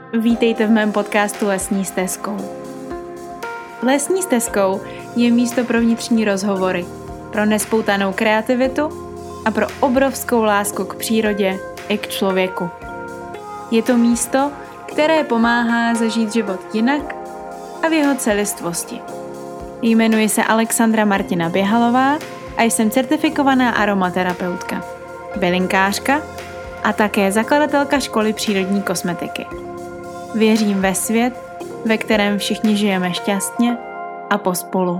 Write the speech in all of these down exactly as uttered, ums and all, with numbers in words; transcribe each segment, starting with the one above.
Vítejte v mém podcastu Lesní stezkou. Lesní stezkou je místo pro vnitřní rozhovory, pro nespoutanou kreativitu a pro obrovskou lásku k přírodě i k člověku. Je to místo, které pomáhá zažít život jinak a v jeho celistvosti. Jmenuji se Alexandra Martina Běhalová a jsem certifikovaná aromaterapeutka, bylinkářka a také zakladatelka školy přírodní kosmetiky. Věřím ve svět, ve kterém všichni žijeme šťastně a pospolu.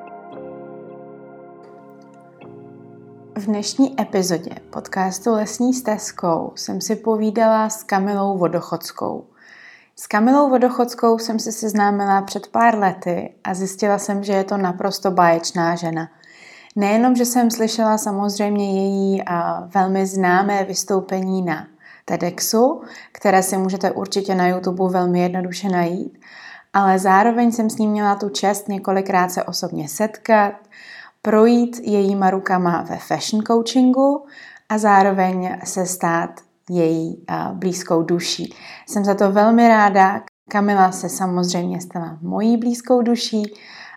V dnešní epizodě podcastu Lesní stezkou jsem si povídala s Kamilou Vodochodskou. S Kamilou Vodochodskou jsem se seznámila před pár lety a zjistila jsem, že je to naprosto báječná žena. Nejenom, že jsem slyšela samozřejmě její velmi známé vystoupení na TEDxu, které si můžete určitě na YouTube velmi jednoduše najít, ale zároveň jsem s ní měla tu čest několikrát se osobně setkat, projít jejíma rukama ve fashion coachingu a zároveň se stát její blízkou duší. Jsem za to velmi ráda. Kamila se samozřejmě stala mojí blízkou duší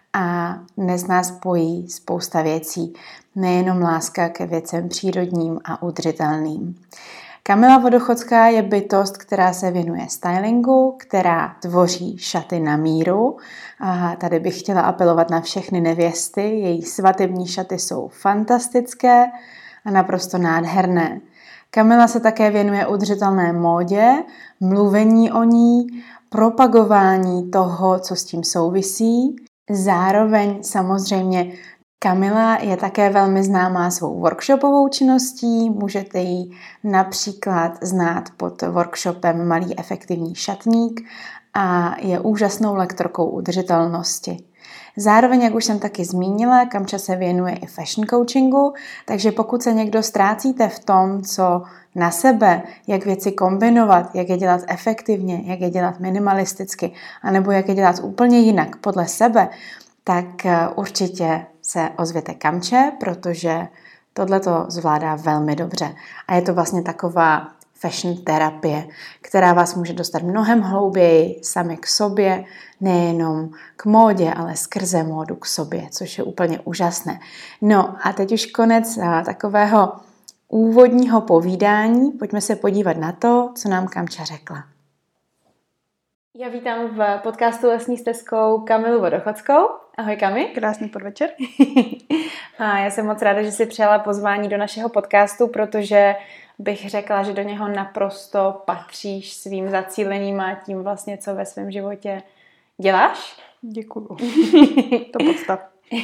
a dnes nás spojí spousta věcí, nejenom láska ke věcem přírodním a udržitelným. Kamila Vodochodská je bytost, která se věnuje stylingu, která tvoří šaty na míru. A tady bych chtěla apelovat na všechny nevěsty. Její svatební šaty jsou fantastické a naprosto nádherné. Kamila se také věnuje udržitelné módě, mluvení o ní, propagování toho, co s tím souvisí. Zároveň samozřejmě Kamila je také velmi známá svou workshopovou činností. Můžete ji například znát pod workshopem Malý efektivní šatník a je úžasnou lektorkou udržitelnosti. Zároveň, jak už jsem taky zmínila, Kamča se věnuje i fashion coachingu, takže pokud se někdo ztrácíte v tom, co na sebe, jak věci kombinovat, jak je dělat efektivně, jak je dělat minimalisticky, anebo jak je dělat úplně jinak podle sebe, tak určitě se ozvěte Kamče, protože tohle to zvládá velmi dobře. A je to vlastně taková fashion terapie, která vás může dostat mnohem hlouběji sami k sobě, nejenom k módě, ale skrze módu k sobě, což je úplně úžasné. No a teď už konec takového úvodního povídání. Pojďme se podívat na to, co nám Kamča řekla. Já vítám v podcastu Lesní stezkou Kamilu Vodochodskou. Ahoj Kami. Krásný podvečer. A já jsem moc ráda, že jsi přijala pozvání do našeho podcastu, protože bych řekla, že do něho naprosto patříš svým zacílením a tím vlastně, co ve svém životě děláš. Děkuju. To podstav.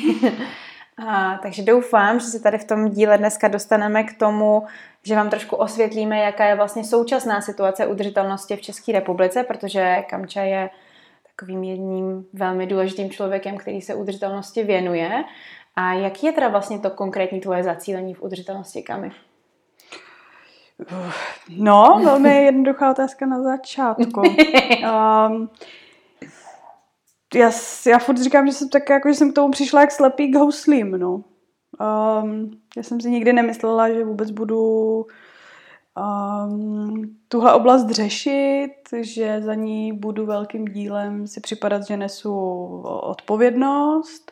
A, takže doufám, že se tady v tom díle dneska dostaneme k tomu, že vám trošku osvětlíme, jaká je vlastně současná situace udržitelnosti v České republice, protože Kamča je takovým jedním velmi důležitým člověkem, který se udržitelnosti věnuje. A jaký je teda vlastně to konkrétní tvoje zacílení v udržitelnosti, Kami? No, velmi jednoduchá otázka na začátku. Um, já, já furt říkám, že jsem tak jako, že jsem k tomu přišla jak slepý k houslím, no. Um, já jsem si nikdy nemyslela, že vůbec budu um, tuhle oblast řešit, že za ní budu velkým dílem si připadat, že nesu odpovědnost,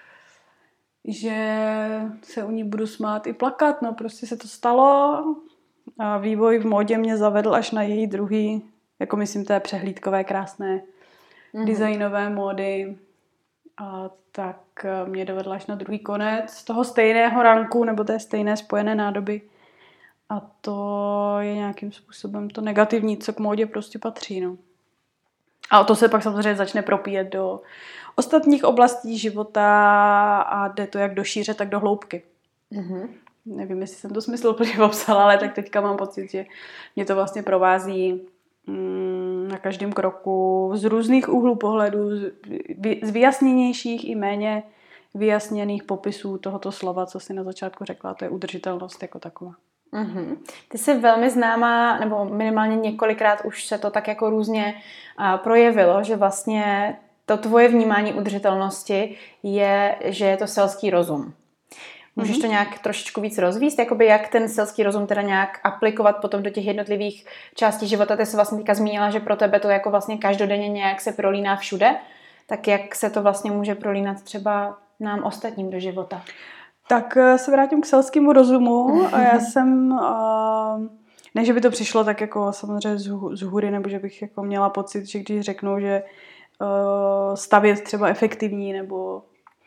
že se u ní budu smát i plakat, no prostě se to stalo a vývoj v módě mě zavedl až na její druhý, jako myslím té přehlídkové krásné mm-hmm. designové módy a tak mě dovedla až na druhý konec toho stejného ranku nebo té stejné spojené nádoby a to je nějakým způsobem to negativní, co k módě prostě patří, no. A to se pak samozřejmě začne propíjet do ostatních oblastí života a jde to jak do šíře, tak do hloubky. Mm-hmm. Nevím, jestli jsem to smysl plně popsala, ale tak teďka mám pocit, že mě to vlastně provází mm, na každém kroku z různých úhlů pohledu, z vyjasněnějších i méně vyjasněných popisů tohoto slova, co si na začátku řekla, to je udržitelnost jako taková. Mm-hmm. Ty jsi velmi známá, nebo minimálně několikrát už se to tak jako různě uh, projevilo, že vlastně to tvoje vnímání udržitelnosti je, že je to selský rozum. Můžeš to nějak trošičku víc rozvíct, jakoby jak ten selský rozum teda nějak aplikovat potom do těch jednotlivých částí života? Ty jsi vlastně teďka zmínila, že pro tebe to jako vlastně každodenně nějak se prolíná všude, tak jak se to vlastně může prolínat třeba nám ostatním do života? Tak se vrátím k selskému rozumu. A já jsem, ne, že by to přišlo tak jako samozřejmě z hůry, nebo že bych jako měla pocit, že když řeknou, že stav je třeba efektivní, nebo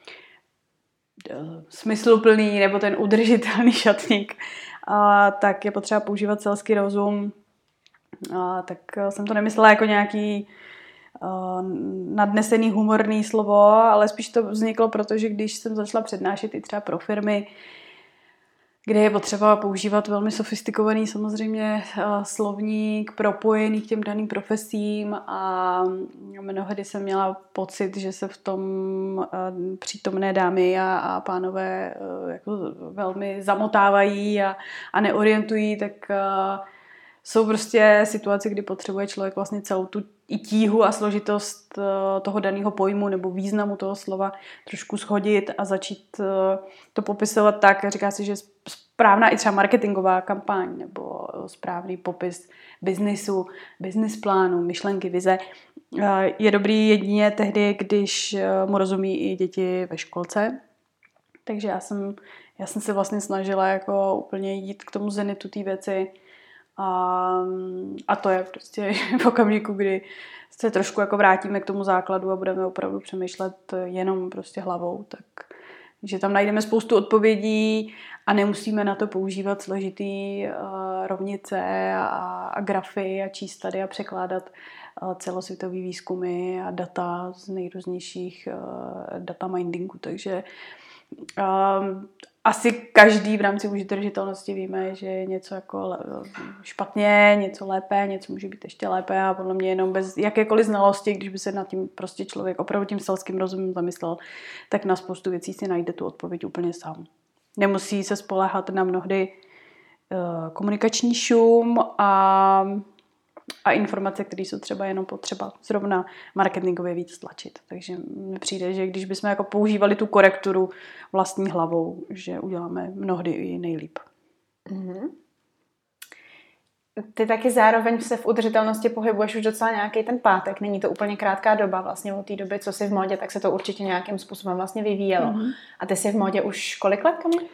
smysluplný, nebo ten udržitelný šatník, a tak je potřeba používat selský rozum. A tak jsem to nemyslela jako nějaký uh, nadnesený humorný slovo, ale spíš to vzniklo, protože když jsem začala přednášet i třeba pro firmy, kde je potřeba používat velmi sofistikovaný samozřejmě slovník, propojený k těm daným profesím, a mnohdy jsem měla pocit, že se v tom přítomné dámy a, a pánové jako velmi zamotávají a, a neorientují, tak jsou prostě situace, kdy potřebuje člověk vlastně celou tu i tíhu a složitost toho daného pojmu nebo významu toho slova trošku shodit a začít to popisovat tak. Říká se, že správná i třeba marketingová kampaň nebo správný popis biznisu, business plánu, myšlenky, vize je dobrý jedině tehdy, když mu rozumí i děti ve školce. Takže já jsem, já jsem se vlastně snažila jako úplně jít k tomu zenitu té věci. A, a to je prostě v okamžiku, kdy se trošku jako vrátíme k tomu základu a budeme opravdu přemýšlet jenom prostě hlavou, tak že tam najdeme spoustu odpovědí a nemusíme na to používat složitý uh, rovnice a, a grafy a číst tady a překládat uh, celosvětový výzkumy a data z nejrůznějších uh, data mindingu, takže um, asi každý v rámci udržitelnosti víme, že je něco jako špatně, něco lépe, něco může být ještě lépe, a podle mě jenom bez jakékoliv znalosti, když by se nad tím prostě člověk opravdu tím selským rozumem zamyslel, tak na spoustu věcí si najde tu odpověď úplně sám. Nemusí se spoléhat na mnohdy uh, komunikační šum a, a informace, které jsou třeba jenom potřeba zrovna marketingově víc tlačit. Takže mi přijde, že když bychom jako používali tu korekturu vlastní hlavou, že uděláme mnohdy i nejlíp. Mm-hmm. Ty taky zároveň se v udržitelnosti pohybuješ už docela nějaký ten pátek. Není to úplně krátká doba vlastně od té doby, co jsi v módě, tak se to určitě nějakým způsobem vlastně vyvíjelo. Mm-hmm. A ty jsi v módě už kolik let, Kamil?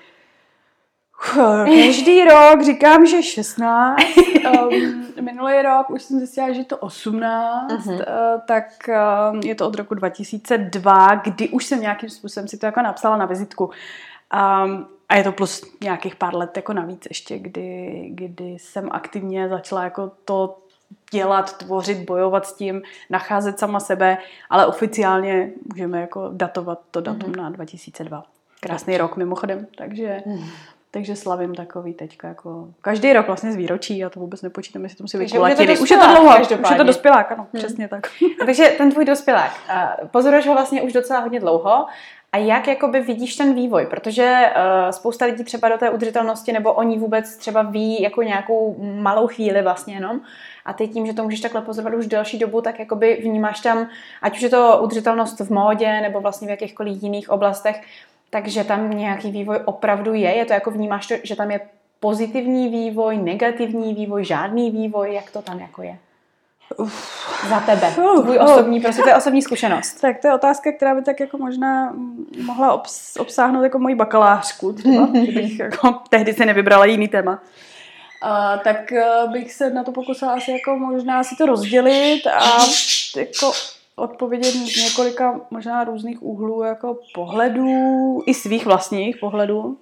Každý rok říkám, že šestnáct. Um, minulý rok už jsem zjistila, že to osmnáct. Uh-huh. Uh, tak um, je to od roku dva tisíce dva, kdy už jsem nějakým způsobem si to jako napsala na vizitku. Um, a je to plus nějakých pár let jako navíc ještě, kdy, kdy jsem aktivně začala jako to dělat, tvořit, bojovat s tím, nacházet sama sebe, ale oficiálně můžeme jako datovat to datum uh-huh. na dva tisíce dva. Krásný rok mimochodem, takže... Uh-huh. Takže slavím takový teďka jako každý rok vlastně z výročí, já to vůbec nepočítám, jestli to musí vykulatiny. Už je to dlouho, už je to dospělák, ano, hmm. přesně tak. Takže ten tvůj dospělák, pozoruješ ho vlastně už docela hodně dlouho, a jak jakoby vidíš ten vývoj, protože uh, spousta lidí třeba do té udržitelnosti, nebo oni vůbec třeba ví jako nějakou malou chvíli vlastně jenom, a ty tím, že to můžeš takhle pozorovat už delší dobu, tak jakoby vnímáš tam, ať už je to udržitelnost v módě, nebo vlastně v jakýchkoliv jiných oblastech, takže tam nějaký vývoj opravdu je? Je to jako vnímáš to, že tam je pozitivní vývoj, negativní vývoj, žádný vývoj? Jak to tam jako je? Uf. Za tebe. Tvůj osobní, prostě to je osobní zkušenost. Tak to je otázka, která by tak jako možná mohla obs- obsáhnout jako moji bakalářku třeba, kdybych jako tehdy se nevybrala jiný téma. Uh, tak uh, bych se na to pokusila asi jako možná si to rozdělit a jako odpovědět z několika možná různých úhlů jako pohledů, i svých vlastních pohledů,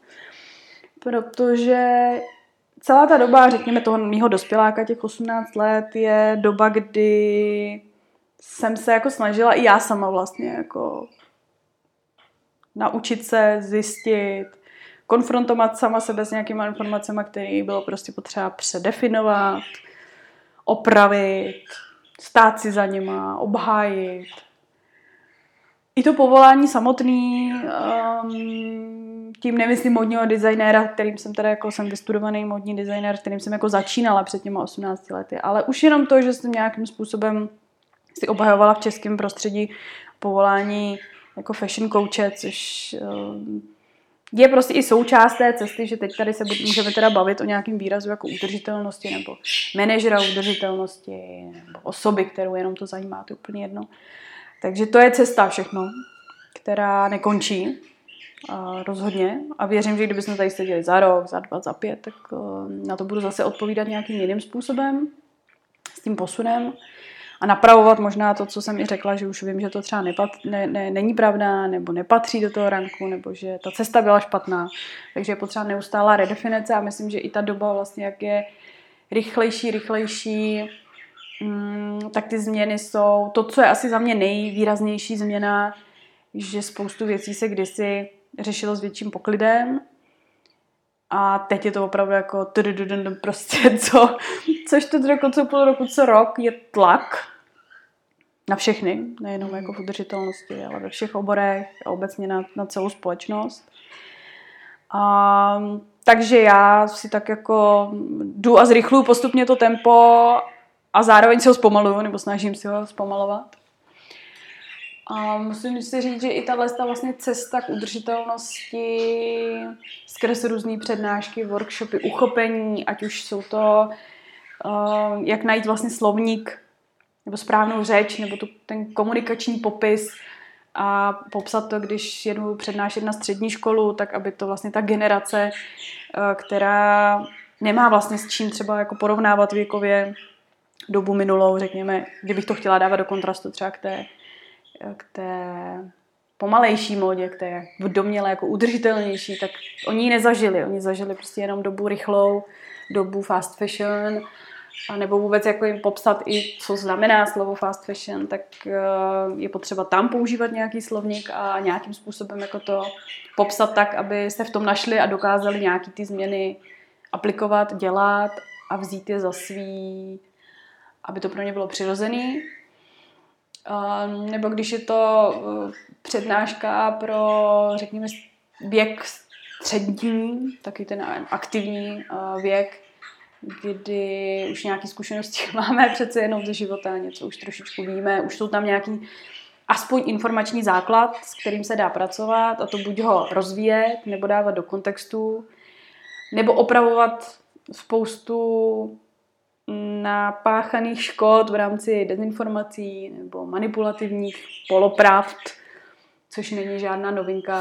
protože celá ta doba, řekněme toho mýho dospěláka, těch osmnáct let, je doba, kdy jsem se jako snažila i já sama vlastně jako naučit se, zjistit, konfrontovat sama sebe s nějakýma informacemi, které bylo prostě potřeba předefinovat, opravit, stát si za nima, obhájit. I to povolání samotný, um, tím nemyslím modního designéra, kterým jsem teda jako jsem vystudovaný modní designér, kterým jsem jako začínala před těma osmnácti lety, ale už jenom to, že jsem nějakým způsobem si obhajovala v českém prostředí povolání jako fashion coache, což um, je prostě i součást té cesty, že teď tady se můžeme teda bavit o nějakým výrazu jako udržitelnosti nebo manažera udržitelnosti nebo osoby, kterou jenom to zajímá, to je úplně jedno. Takže to je cesta všechno, která nekončí a rozhodně. A věřím, že kdybychom tady seděli za rok, za dva, za pět, tak na to budu zase odpovídat nějakým jiným způsobem, s tím posunem. A napravovat možná to, co jsem i řekla, že už vím, že to třeba nepat, ne, ne, není pravda, nebo nepatří do toho ranku, nebo že ta cesta byla špatná. Takže je potřeba neustálá redefinice a myslím, že i ta doba vlastně, jak je rychlejší, rychlejší, mm, tak ty změny jsou, to, co je asi za mě nejvýraznější změna, že spoustu věcí se kdysi řešilo s větším poklidem a teď je to opravdu jako prostě co, což to jako co půl roku, co rok je tlak na všechny, nejenom jako v udržitelnosti, ale ve všech oborech a obecně na, na celou společnost. A, takže já si tak jako jdu a zrychluju postupně to tempo a zároveň si ho zpomaluju, nebo snažím si ho zpomalovat. A musím si říct, že i tato vlastně cesta k udržitelnosti skrz různý přednášky, workshopy, uchopení, ať už jsou to, uh, jak najít vlastně slovník nebo správnou řeč, nebo tu, ten komunikační popis a popsat to, když jedu přednášet na střední školu, tak aby to vlastně ta generace, uh, která nemá vlastně s čím třeba jako porovnávat věkově dobu minulou, řekněme, kdybych to chtěla dávat do kontrastu třeba k té k té pomalejší módě, k té domněle jako udržitelnější, tak oni ji nezažili. Oni zažili prostě jenom dobu rychlou, dobu fast fashion, a nebo vůbec jako jim popsat i, co znamená slovo fast fashion, tak je potřeba tam používat nějaký slovník a nějakým způsobem jako to popsat tak, aby se v tom našli a dokázali nějaký ty změny aplikovat, dělat a vzít je za svý, aby to pro ně bylo přirozený. Uh, nebo když je to uh, přednáška pro, řekněme, věk střední, taky ten aktivní uh, věk, kdy už nějaké zkušenosti máme přece jenom ze života, něco už trošičku víme, už jsou tam nějaký aspoň informační základ, s kterým se dá pracovat a to buď ho rozvíjet, nebo dávat do kontextu, nebo opravovat spoustu napáchaných škod v rámci dezinformací nebo manipulativních polopravd, což není žádná novinka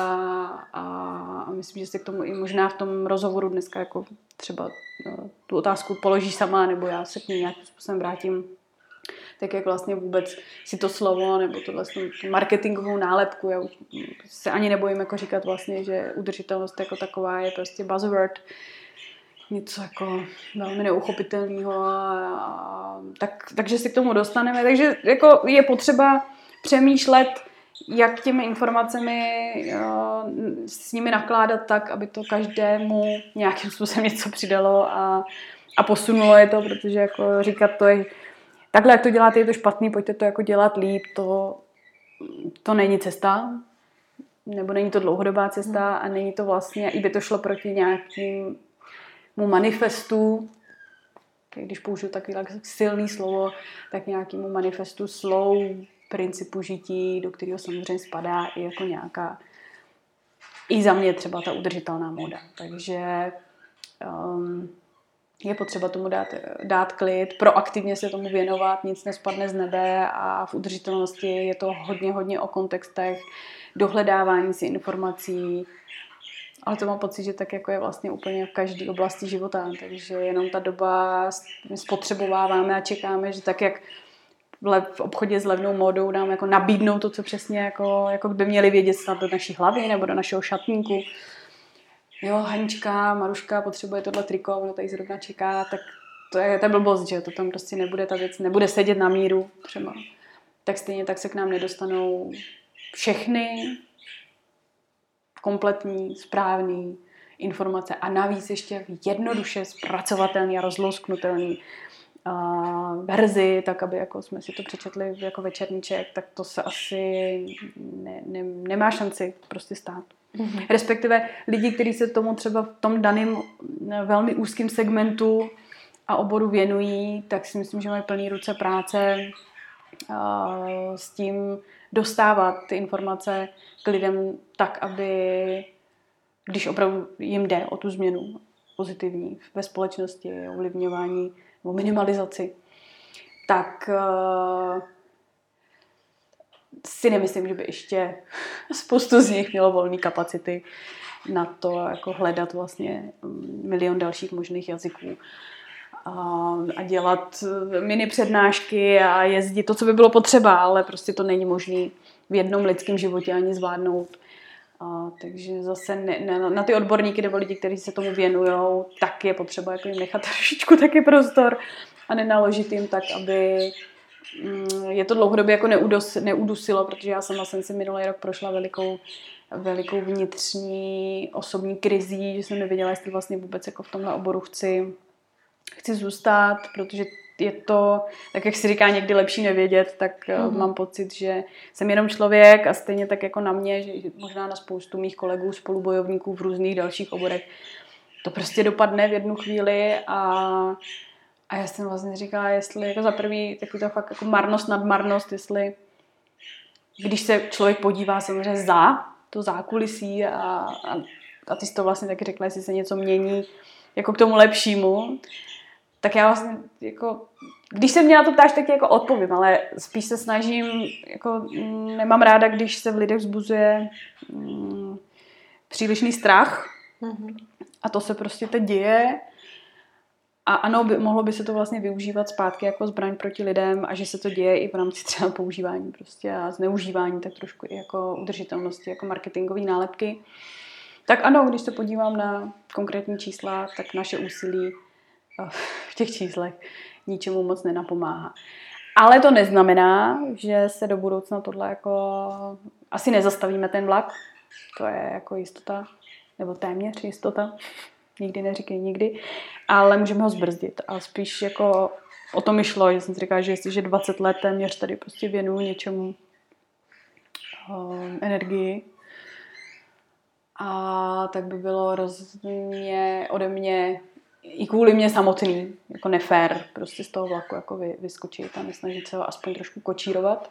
a myslím, že se k tomu i možná v tom rozhovoru dneska jako třeba no, tu otázku položíš sama, nebo já se k ní nějakým způsobem vrátím, tak jak vlastně vůbec si to slovo nebo tohle marketingovou nálepku, já se ani nebojím jako říkat vlastně, že udržitelnost jako taková je prostě buzzword, něco jako velmi neuchopitelného, a, a, tak, takže si k tomu dostaneme. Takže jako je potřeba přemýšlet, jak těmi informacemi jo, s nimi nakládat tak, aby to každému nějakým způsobem něco přidalo a, a posunulo je to, protože jako říkat to je, takhle jak to děláte, je to špatný, pojďte to jako dělat líp, to, to není cesta, nebo není to dlouhodobá cesta a není to vlastně, i by to šlo proti nějakým mu manifestu, když použiju takový silný slovo, tak nějakému manifestu slow principu žití, do kterého samozřejmě spadá i jako nějaká, i za mě třeba ta udržitelná móda. Takže um, je potřeba tomu dát, dát klid, proaktivně se tomu věnovat, nic nespadne z nebe a v udržitelnosti je to hodně, hodně o kontextech, dohledávání si informací, ale to mám pocit, že tak jako je vlastně úplně v každé oblasti života, takže jenom ta doba my spotřebováváme a čekáme, že tak jak v obchodě s levnou módou nám jako nabídnou to, co přesně jako, jako by měli vědět snad do naší hlavy nebo do našeho šatníku. Jo, Hanička, Maruška potřebuje tohle triko, ono tady zrovna čeká, tak to je, to je blbost, že to tam prostě nebude, ta věc nebude sedět na míru třeba. Tak stejně tak se k nám nedostanou všechny kompletní, správný informace a navíc ještě jednoduše zpracovatelný a rozlousknutelný uh, verzi, tak aby jako jsme si to přečetli jako večerníček, tak to se asi ne, ne, nemá šanci prostě stát. Mm-hmm. Respektive lidi, kteří se tomu třeba v tom daném velmi úzkém segmentu a oboru věnují, tak si myslím, že mají plný ruce práce uh, s tím dostávat ty informace k lidem tak, aby když opravdu jim jde o tu změnu pozitivní ve společnosti, ovlivňování nebo minimalizaci, tak uh, si nemyslím, že by ještě spoustu z nich mělo volné kapacity na to, jako hledat vlastně milion dalších možných jazyků a, a dělat mini přednášky a jezdit to, co by bylo potřeba, ale prostě to není možné v jednom lidském životě ani zvládnout. A, takže zase ne, ne, na ty odborníky nebo lidi, kteří se tomu věnují, tak je potřeba jako jim nechat trošičku taky prostor a nenaložit jim tak, aby mm, je to dlouhodobě jako neudus, neudusilo, protože já sama jsem si minulý rok prošla velikou, velikou vnitřní osobní krizí, že jsem nevěděla, jestli vlastně vůbec jako v tomhle oboru chci, chci zůstat, protože je to, tak jak si říká, někdy lepší nevědět, tak mm. mám pocit, že jsem jenom člověk a stejně tak jako na mě, že možná na spoustu mých kolegů, spolubojovníků v různých dalších oborech, to prostě dopadne v jednu chvíli a, a já jsem vlastně říkala, jestli jako za prvý takový to fakt jako marnost nad marnost, jestli když se člověk podívá samozřejmě za to zákulisí a, a, a ty jsi to vlastně taky řekla, jestli se něco mění jako k tomu lepšímu, tak já vlastně jako, když se mě na to ptáš, tak jako odpovím, ale spíš se snažím, jako nemám ráda, když se v lidech vzbuzuje mm, přílišný strach mm-hmm. a to se prostě teď děje a ano, by, mohlo by se to vlastně využívat zpátky jako zbraň proti lidem a že se to děje i v rámci třeba používání prostě a zneužívání tak trošku i jako udržitelnosti, jako marketingové nálepky. Tak ano, když se podívám na konkrétní čísla, tak naše úsilí v těch číslech ničemu moc nenapomáhá. Ale to neznamená, že se do budoucna tohle jako asi nezastavíme ten vlak. To je jako jistota, nebo téměř jistota. Nikdy neříkej nikdy. Ale můžeme ho zbrzdit. A spíš jako o tom mi šlo, že jsem si říkala, že jestliže dvacet let téměř tady prostě věnuju něčemu um, energii, a tak by bylo rozhodně ode mě i kvůli mě samotný, jako nefér, prostě z toho vlaku jako vy, vyskočit a nesnažit se ho aspoň trošku kočírovat.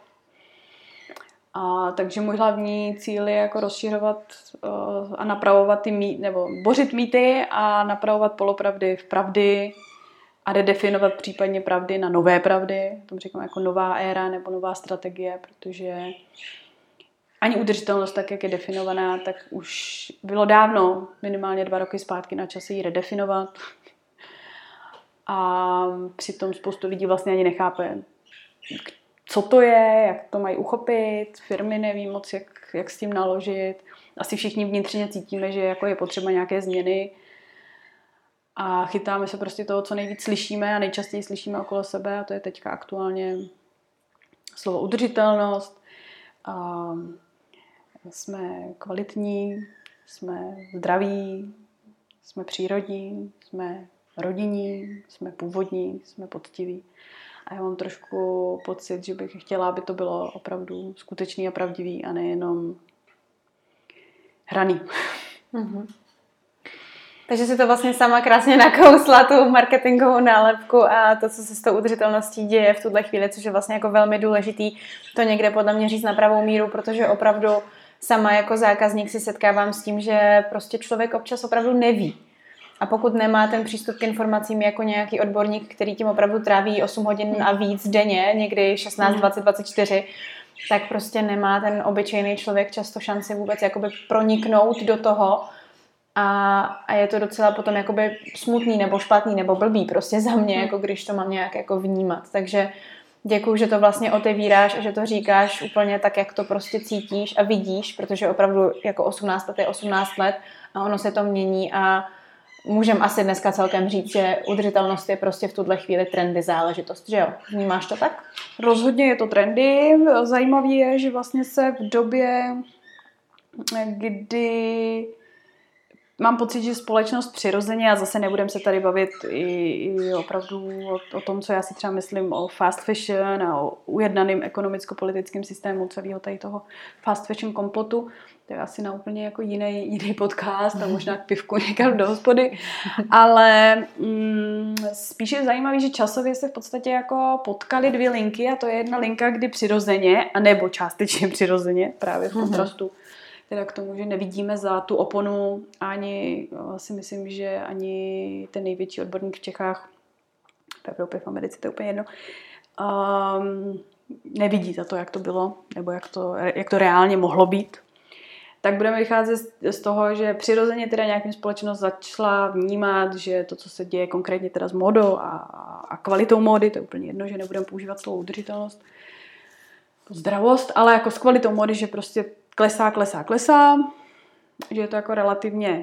A takže můj hlavní cíl je jako rozšiřovat uh, a napravovat ty mýty, nebo bořit mýty a napravovat polopravdy v pravdy a redefinovat případně pravdy na nové pravdy. Tomu říkám jako nová éra nebo nová strategie, protože ani udržitelnost, tak jak je definovaná, tak už bylo dávno, minimálně dva roky zpátky na čase ji redefinovat. A přitom spoustu lidí vlastně ani nechápe, co to je, jak to mají uchopit, firmy neví moc, jak, jak s tím naložit. Asi všichni vnitřně cítíme, že jako je potřeba nějaké změny a chytáme se prostě toho, co nejvíc slyšíme a nejčastěji slyšíme okolo sebe a to je teďka aktuálně slovo udržitelnost. A jsme kvalitní, jsme zdraví, jsme přírodní, jsme rodinní, jsme původní, jsme poctiví. A já mám trošku pocit, že bych chtěla, aby to bylo opravdu skutečný a pravdivý a nejenom hraný. Mm-hmm. Takže si to vlastně sama krásně nakousla, tu marketingovou nálepku a to, co se s tou udržitelností děje v tuhle chvíli, což je vlastně jako velmi důležitý to někde podle mě říct na pravou míru, protože opravdu sama jako zákazník si setkávám s tím, že prostě člověk občas opravdu neví. A pokud nemá ten přístup k informacím jako nějaký odborník, který tím opravdu tráví osm hodin a víc denně, někdy šestnáct, dvacet, dvacet čtyři, tak prostě nemá ten obyčejný člověk často šanci vůbec jakoby proniknout do toho a, a je to docela potom jakoby smutný nebo špatný nebo blbý prostě za mě, jako když to mám nějak jako vnímat. Takže děkuju, že to vlastně otevíráš a že to říkáš úplně tak, jak to prostě cítíš a vidíš, protože opravdu jako osmnáct let je osmnáct let a ono se to mění a můžeme asi dneska celkem říct, že udržitelnost je prostě v tuhle chvíli trendy záležitost, že jo? Vnímáš to tak? Rozhodně je to trendy. Zajímavé je, že vlastně se v době, kdy mám pocit, že společnost přirozeně, a zase nebudeme se tady bavit i, i opravdu o, o tom, co já si třeba myslím o fast fashion a o ujednaným ekonomicko-politickém systému celého tady toho fast fashion komplotu. To je asi na úplně jako jiný, jiný podcast a možná k pivku někam do hospody. Ale mm, spíš je zajímavý, že časově se v podstatě jako potkaly dvě linky a to je jedna linka, kdy přirozeně, anebo částečně přirozeně, právě v kontrastu teda k tomu, že nevidíme za tu oponu ani, si myslím, že ani ten největší odborník v Čechách, v Evropě, v Americe, to je úplně jedno, um, nevidí za to, jak to bylo, nebo jak to, jak to reálně mohlo být. Tak budeme vycházet z toho, že přirozeně teda nějakým společnost začala vnímat, že to, co se děje konkrétně teda s módou a, a kvalitou módy, to je úplně jedno, že nebudeme používat slovo udržitelnost, zdravost, ale jako s kvalitou módy, že prostě klesá, klesá, klesá, že je to jako relativně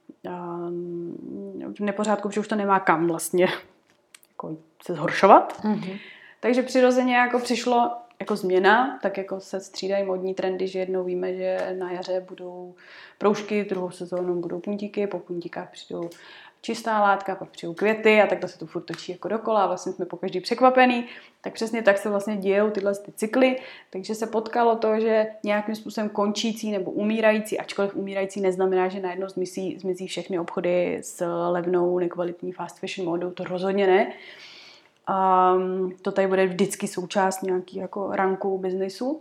v nepořádku, protože už to nemá kam vlastně jako se zhoršovat. Mm-hmm. Takže přirozeně jako přišlo jako změna, tak jako se střídají modní trendy, že jednou víme, že na jaře budou proužky, druhou sezónou budou puntíky, po puntíkách přijdou čistá látka, pak přijdou květy a takhle se to furt točí jako dokola a vlastně jsme po každý překvapený. Tak přesně tak se vlastně dějou tyhle ty cykly, takže se potkalo to, že nějakým způsobem končící nebo umírající, ačkoliv umírající neznamená, že najednou zmizí, zmizí všechny obchody s levnou, nekvalitní fast fashion módou, to rozhodně ne. Um, to tady bude vždycky součást nějaký jako ranku biznesu,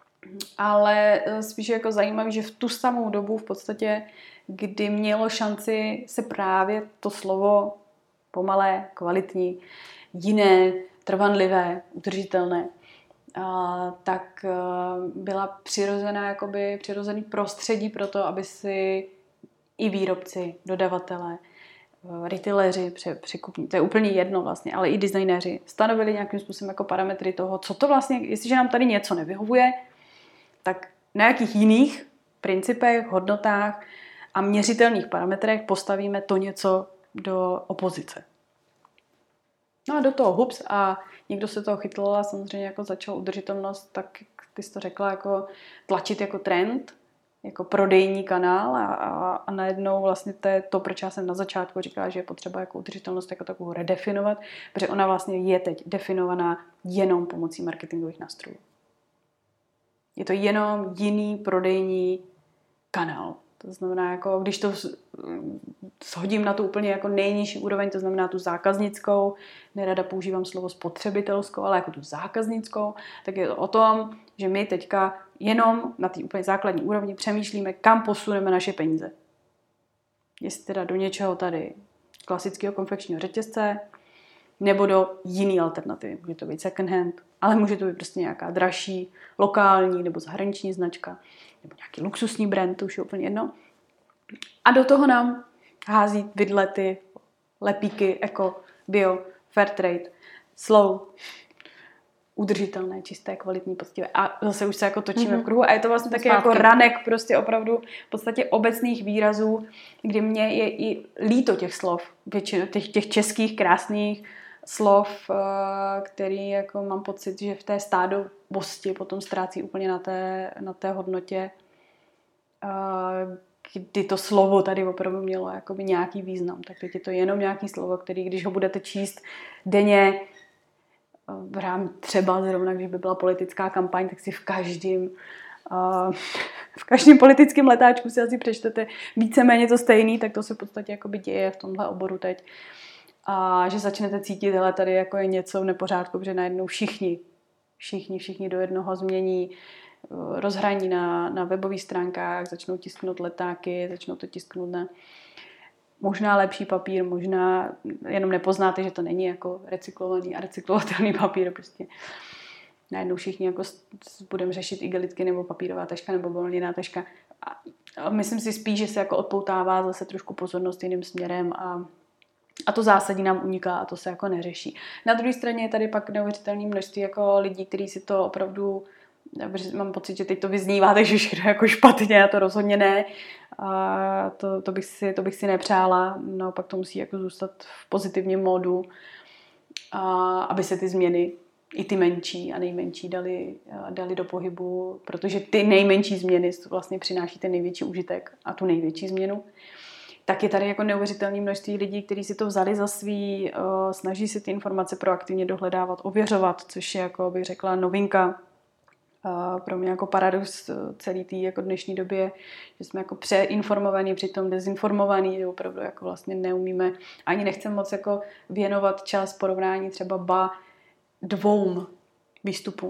ale spíš jako zajímavé, že v tu samou dobu v podstatě, kdy mělo šanci se právě to slovo pomalé, kvalitní, jiné, trvanlivé, udržitelné, uh, tak uh, byla přirozená, jakoby přirozený prostředí pro to, aby si i výrobci, dodavatelé, retaileři, překupní, to je úplně jedno vlastně, ale i designéři stanovili nějakým způsobem jako parametry toho, co to vlastně, jestliže nám tady něco nevyhovuje, tak na jakých jiných principech, hodnotách a měřitelných parametrech postavíme to něco do opozice. No a do toho hups a někdo se toho chytl a samozřejmě jako začal udržitelnost, tak ty jsi to řekla, jako tlačit jako trend, jako prodejní kanál a, a, a najednou vlastně to je to, proč já jsem na začátku říkala, že je potřeba jako udržitelnost jako takovou redefinovat, protože ona vlastně je teď definovaná jenom pomocí marketingových nástrojů. Je to jenom jiný prodejní kanál. To znamená, jako, když to shodím na tu úplně jako nejnižší úroveň, to znamená tu zákaznickou, nerada používám slovo spotřebitelskou, ale jako tu zákaznickou, tak je to o tom, že my teďka jenom na té úplně základní úrovni přemýšlíme, kam posuneme naše peníze. Jestli teda do něčeho tady klasického konfekčního řetězce, nebo do jiné alternativy. Může to být second hand, ale může to být prostě nějaká dražší, lokální nebo zahraniční značka, nebo nějaký luxusní brand, to už je úplně jedno. A do toho nám hází vidle ty lepíky, eko, bio, fair trade, slow, udržitelné, čisté, kvalitní, poctivé. A zase už se jako točíme mm-hmm. v kruhu a je to vlastně taky jako ranek prostě opravdu v podstatě obecných výrazů, kdy mě je i líto těch slov, většinou těch, těch českých krásných slov, který jako mám pocit, že v té stádovosti potom ztrácí úplně na té, na té hodnotě, kdy to slovo tady opravdu mělo jakoby nějaký význam. Tak teď je to jenom nějaký slovo, který, když ho budete číst denně, v rámci třeba zrovna, když by byla politická kampaň, tak si v každém uh, v každém politickém letáčku si asi přečtete víceméně to stejný, tak to se v podstatě jakoby děje v tomhle oboru teď. A že začnete cítit, hele, tady jako je něco v nepořádku, protože najednou všichni, všichni, všichni do jednoho změní rozhraní na, na webových stránkách, začnou tisknout letáky, začnou to tisknout na možná lepší papír, možná jenom nepoznáte, že to není jako recyklovaný a recyklovatelný papír. Prostě najednou všichni jako budeme řešit igelitky nebo papírová taška nebo volněná taška. A, a myslím si spíš, že se jako odpoutává zase trošku pozornost jiným směrem a, a to zásadní nám uniká a to se jako neřeší. Na druhé straně je tady pak neuvěřitelné množství jako lidí, kteří si to opravdu, mám pocit, že teď to vyznívá, takže všechno jako špatně a to rozhodně ne. A to, to, bych si, to bych si nepřála. Naopak to musí jako zůstat v pozitivním módu, a aby se ty změny, i ty menší a nejmenší, dali, dali do pohybu, protože ty nejmenší změny vlastně přináší ten největší užitek a tu největší změnu. Tak je tady jako neuvěřitelné množství lidí, kteří si to vzali za svý, snaží si ty informace proaktivně dohledávat, ověřovat, což je, jako bych řekla, novinka. Pro mě jako paradox celý té jako dnešní době, že jsme jako přeinformovaní, přitom dezinformovaní, že opravdu jako vlastně neumíme, ani nechceme moc jako věnovat čas porovnání třeba ba dvou výstupů.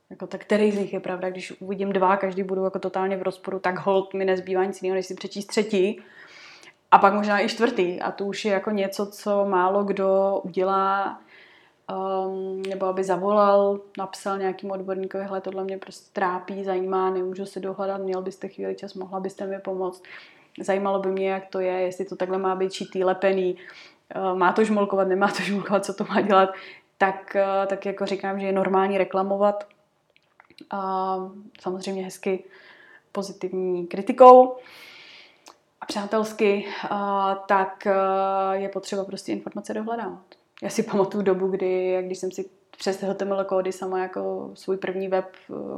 Jako, tak který z nich je pravda? Když uvidím dva, každý budou jako totálně v rozporu, tak hold mi nezbývá nic jiného, než si přečíst třetí. A pak možná i čtvrtý. A to už je jako něco, co málo kdo udělá, um, nebo aby zavolal, napsal nějakým odborníkovi, hele, tohle mě prostě trápí, zajímá, nemůžu se dohledat, měl byste chvíli čas, mohla byste mi pomoct. Zajímalo by mě, jak to je, jestli to takhle má být čitý, lepený, uh, má to žmolkovat, nemá to žmolkovat, co to má dělat. Tak, uh, tak jako říkám, že je normální reklamovat. A samozřejmě hezky pozitivní kritikou a přátelsky, a tak je potřeba prostě informace dohledávat. Já si pamatuju dobu, kdy, když jsem si přes H T M L kódy sama jako svůj první web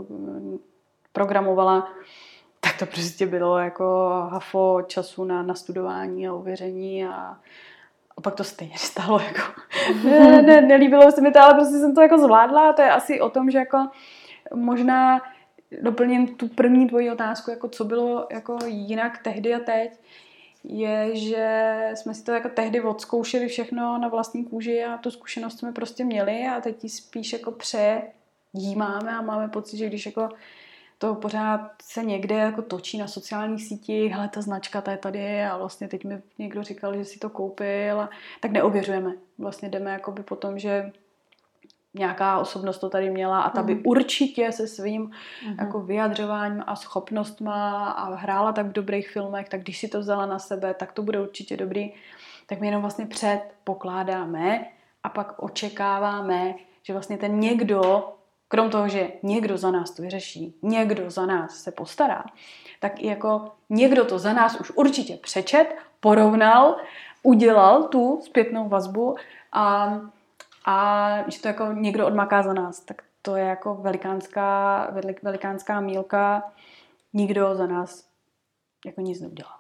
programovala, tak to prostě bylo jako hafo času na nastudování a ověření a, a pak to stejně stalo. Jako. ne, ne, nelíbilo se mi to, ale prostě jsem to jako zvládla a to je asi o tom, že jako možná doplním tu první tvoji otázku, jako co bylo jako jinak tehdy a teď, je, že jsme si to jako tehdy odzkoušeli všechno na vlastní kůži a tu zkušenost jsme prostě měli a teď ji spíš jako přejímáme a máme pocit, že když jako to pořád se někde jako točí na sociálních sítích, hele, ta značka, ta je tady a vlastně teď mi někdo říkal, že si to koupil, a tak neověřujeme. Vlastně jdeme jakoby po tom, že nějaká osobnost to tady měla a ta by mm. určitě se svým mm. jako vyjadřováním a schopnostma a hrála tak v dobrých filmech, tak když si to vzala na sebe, tak to bude určitě dobrý. Tak my jenom vlastně předpokládáme a pak očekáváme, že vlastně ten někdo, krom toho, že někdo za nás to vyřeší, někdo za nás se postará, tak i jako někdo to za nás už určitě přečet, porovnal, udělal tu zpětnou vazbu a A že to jako někdo odmaká za nás, tak to je jako velikánská, velik, velikánská mílka. Nikdo za nás jako nic neudělá.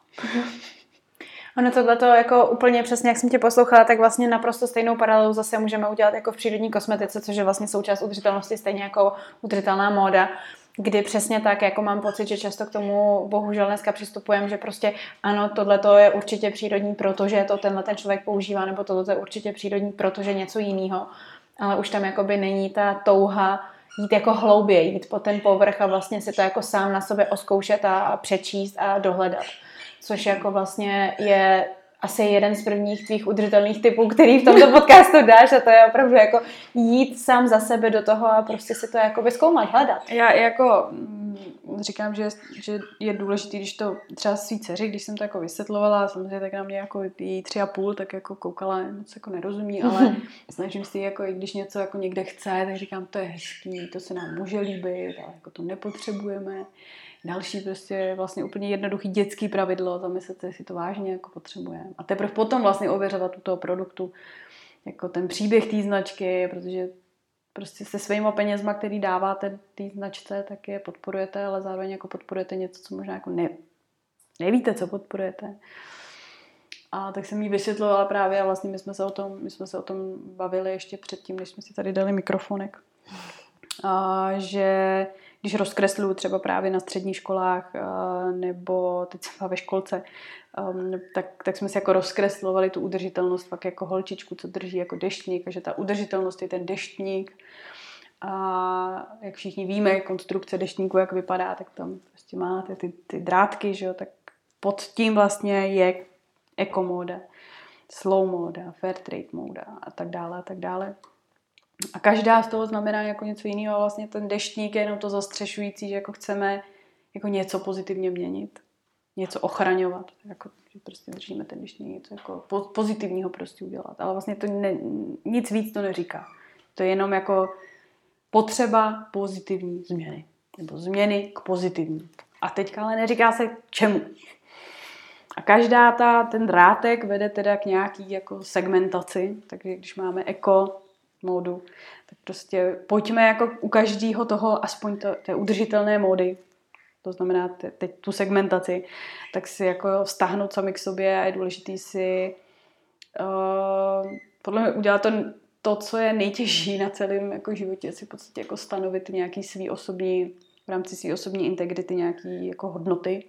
Ono tohleto jako úplně přesně, jak jsem tě poslouchala, tak vlastně naprosto stejnou paralelu zase můžeme udělat jako v přírodní kosmetice, což je vlastně součást udržitelnosti, stejně jako udržitelná móda, kdy přesně tak, jako mám pocit, že často k tomu bohužel dneska přistupujeme, že prostě ano, tohleto je určitě přírodní, protože to tenhle ten člověk používá, nebo tohleto je určitě přírodní, protože něco jiného, ale už tam jakoby není ta touha jít jako hlouběji, jít po ten povrch a vlastně si to jako sám na sobě oskoušet a přečíst a dohledat. Což jako vlastně je asi jeden z prvních tvých udržitelných typů, který v tomto podcastu dáš, a to je opravdu jako jít sám za sebe do toho a prostě si to jako vyzkoumat, hledat. Já jako říkám, že, že je důležité, když to třeba svý dceři, když jsem to jako vysvětlovala, samozřejmě tak na mě jako jí tři a půl, tak jako koukala, moc jako nerozumí, ale snažím si jako, i když něco jako někde chce, tak říkám, to je hezký, to se nám může líbit, ale jako to nepotřebujeme. Další prostě vlastně úplně jednoduchý dětský pravidlo, zamyslete, jestli to vážně jako potřebujeme. A teprve potom vlastně ověřovat u toho produktu jako ten příběh té značky, protože prostě se svýma penězma, který dáváte té značce, tak je podporujete, ale zároveň jako podporujete něco, co možná jako ne, nevíte, co podporujete. A tak jsem jí vysvětlovala právě a vlastně my jsme se o tom, my jsme se o tom bavili ještě předtím, než jsme si tady dali mikrofonek. A že když rozkresluju třeba právě na středních školách nebo teď jsem ve školce, tak, tak jsme si jako rozkreslovali tu udržitelnost fakt jako holčičku, co drží jako deštník, a že ta udržitelnost je ten deštník. A jak všichni víme, konstrukce deštníku, jak vypadá, tak tam prostě máte ty, ty drátky, že jo, tak pod tím vlastně je ekomóda, slow móda, fair trade móda a tak dále a tak dále. A každá z toho znamená jako něco jiného a vlastně ten deštník je jenom to zastřešující, že jako chceme jako něco pozitivně měnit, něco ochraňovat, jako, že prostě držíme ten deštník, něco jako pozitivního prostě udělat. Ale vlastně to ne, nic víc to neříká. To je jenom jako potřeba pozitivní změny. Nebo změny k pozitivní. A teďka ale neříká se čemu. A každá ta, ten drátek vede teda k nějaký jako segmentaci. Takže když máme eko módu, tak prostě pojďme jako u každého toho aspoň to, té udržitelné módy, to znamená te, teď tu segmentaci, tak si jako vztáhnout sami k sobě a je důležitý si uh, podle mě udělat to, to, co je nejtěžší na celém jako životě, si v podstatě jako stanovit nějaký svý osobní, v rámci svý osobní integrity nějaký jako hodnoty.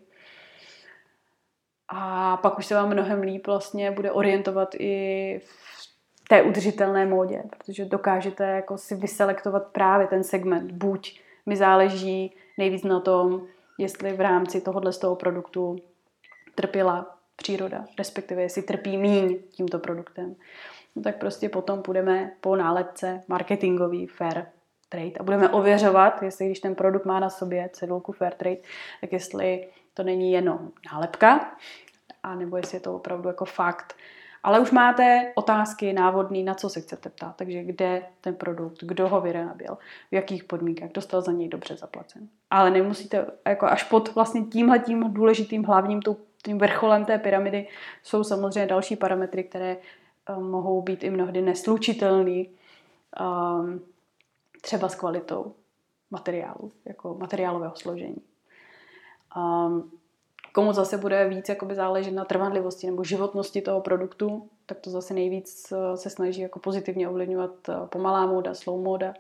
A pak už se vám mnohem líp vlastně bude orientovat i v té udržitelné módě, protože dokážete jako si vyselektovat právě ten segment. Buď Mi záleží nejvíc na tom, jestli v rámci tohohle z toho produktu trpěla příroda, respektive jestli trpí míň tímto produktem. No tak prostě potom půjdeme po nálepce marketingový fair trade a budeme ověřovat, jestli když ten produkt má na sobě cedulku fair trade, tak jestli to není jenom nálepka, anebo jestli je to opravdu jako fakt. Ale už máte otázky návodný, na co se chcete ptát. Takže kde ten produkt, kdo ho vyráběl, v jakých podmínkách, dostal za něj dobře zaplacen. Ale nemusíte, jako až pod vlastně tímhletím důležitým hlavním tím vrcholem té pyramidy jsou samozřejmě další parametry, které um, mohou být i mnohdy neslučitelný um, třeba s kvalitou materiálu, jako materiálového složení. Um, Komu zase bude víc jakoby záležet na trvanlivosti nebo životnosti toho produktu, tak to zase nejvíc se snaží jako pozitivně ovlivňovat pomalá móda, slow móda.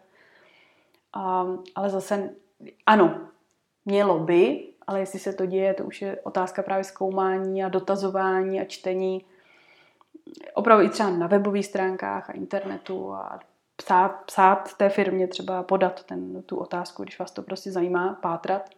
A, ale zase ano, mělo by, ale jestli se to děje, to už je otázka právě zkoumání a dotazování a čtení. Opravdu i třeba na webových stránkách a internetu a psát, psát té firmě, třeba podat ten, tu otázku, když vás to prostě zajímá, pátrat.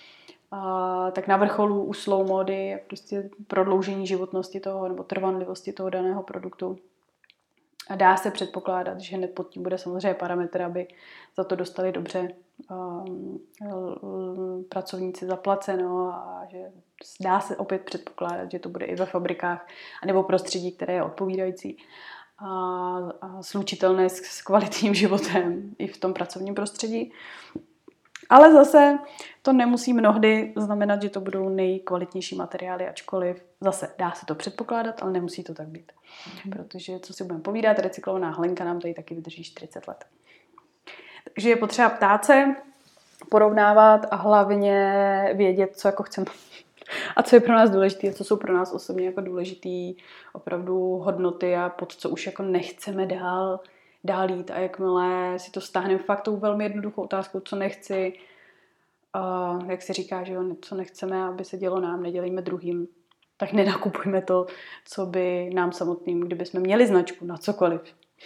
A, tak na vrcholu u slow mody je prostě prodloužení životnosti toho nebo trvanlivosti toho daného produktu. A dá se předpokládat, že hned pod tím bude samozřejmě parametr, aby za to dostali dobře um, pracovníci zaplaceno a že dá se opět předpokládat, že to bude i ve fabrikách anebo prostředí, které je odpovídající a, a slučitelné s, s kvalitním životem i v tom pracovním prostředí. Ale zase to nemusí mnohdy znamenat, že to budou nejkvalitnější materiály, ačkoliv zase dá se to předpokládat, ale nemusí to tak být. Mm. Protože, co si budeme povídat, recyklovaná hlinka nám tady taky vydrží čtyřicet let. Takže je potřeba ptát se, porovnávat a hlavně vědět, co jako chceme a co je pro nás důležité a co jsou pro nás osobně jako důležitý opravdu hodnoty a pod co už jako nechceme dál dál jít a jakmile si to stáhneme fakt tou velmi jednoduchou otázkou, co nechci, uh, jak se říká, že jo, co nechceme, aby se dělo nám, nedělejme druhým, tak nenakupujme to, co by nám samotným, kdybychom měli značku na cokoliv.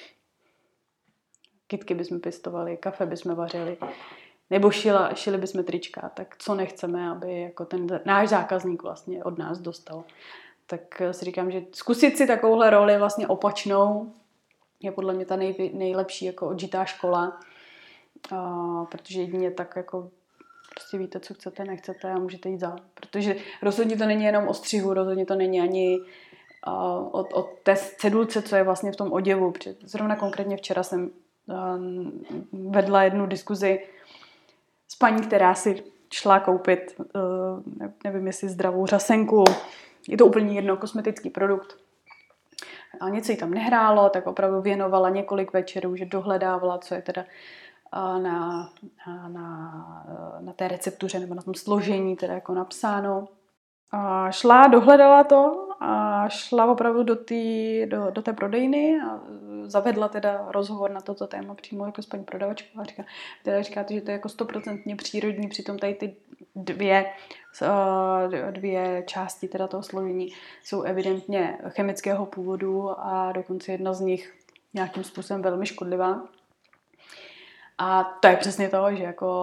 Kytky bychom pěstovali, kafe bychom vařili, nebo šila, šili bychom trička, tak co nechceme, aby jako ten náš zákazník vlastně od nás dostal. Tak si říkám, že zkusit si takovouhle roli vlastně opačnou, je podle mě ta nej, nejlepší jako odžitá škola, uh, protože jedině tak jako prostě víte, co chcete, nechcete a můžete jít dál. Protože rozhodně to není jenom o střihu, rozhodně to není ani uh, o, o té cedulce, co je vlastně v tom oděvu. Zrovna konkrétně včera jsem uh, vedla jednu diskuzi s paní, která si šla koupit, uh, nevím jestli zdravou řasenku, je to úplně jedno, kosmetický produkt. A něco jí tam nehrálo, tak opravdu věnovala několik večerů, že dohledávala, co je teda na, na, na, na té receptuře nebo na tom složení teda jako napsáno. A šla, dohledala to a šla opravdu do, tý, do, do té prodejny a zavedla teda rozhovor na toto téma přímo jako s paní prodavačkou a říká, teda říkáte, že to je jako stoprocentně přírodní, přitom tady ty dvě, dvě části teda toho složení jsou evidentně chemického původu a dokonce jedna z nich nějakým způsobem velmi škodlivá. A to je přesně to, že jako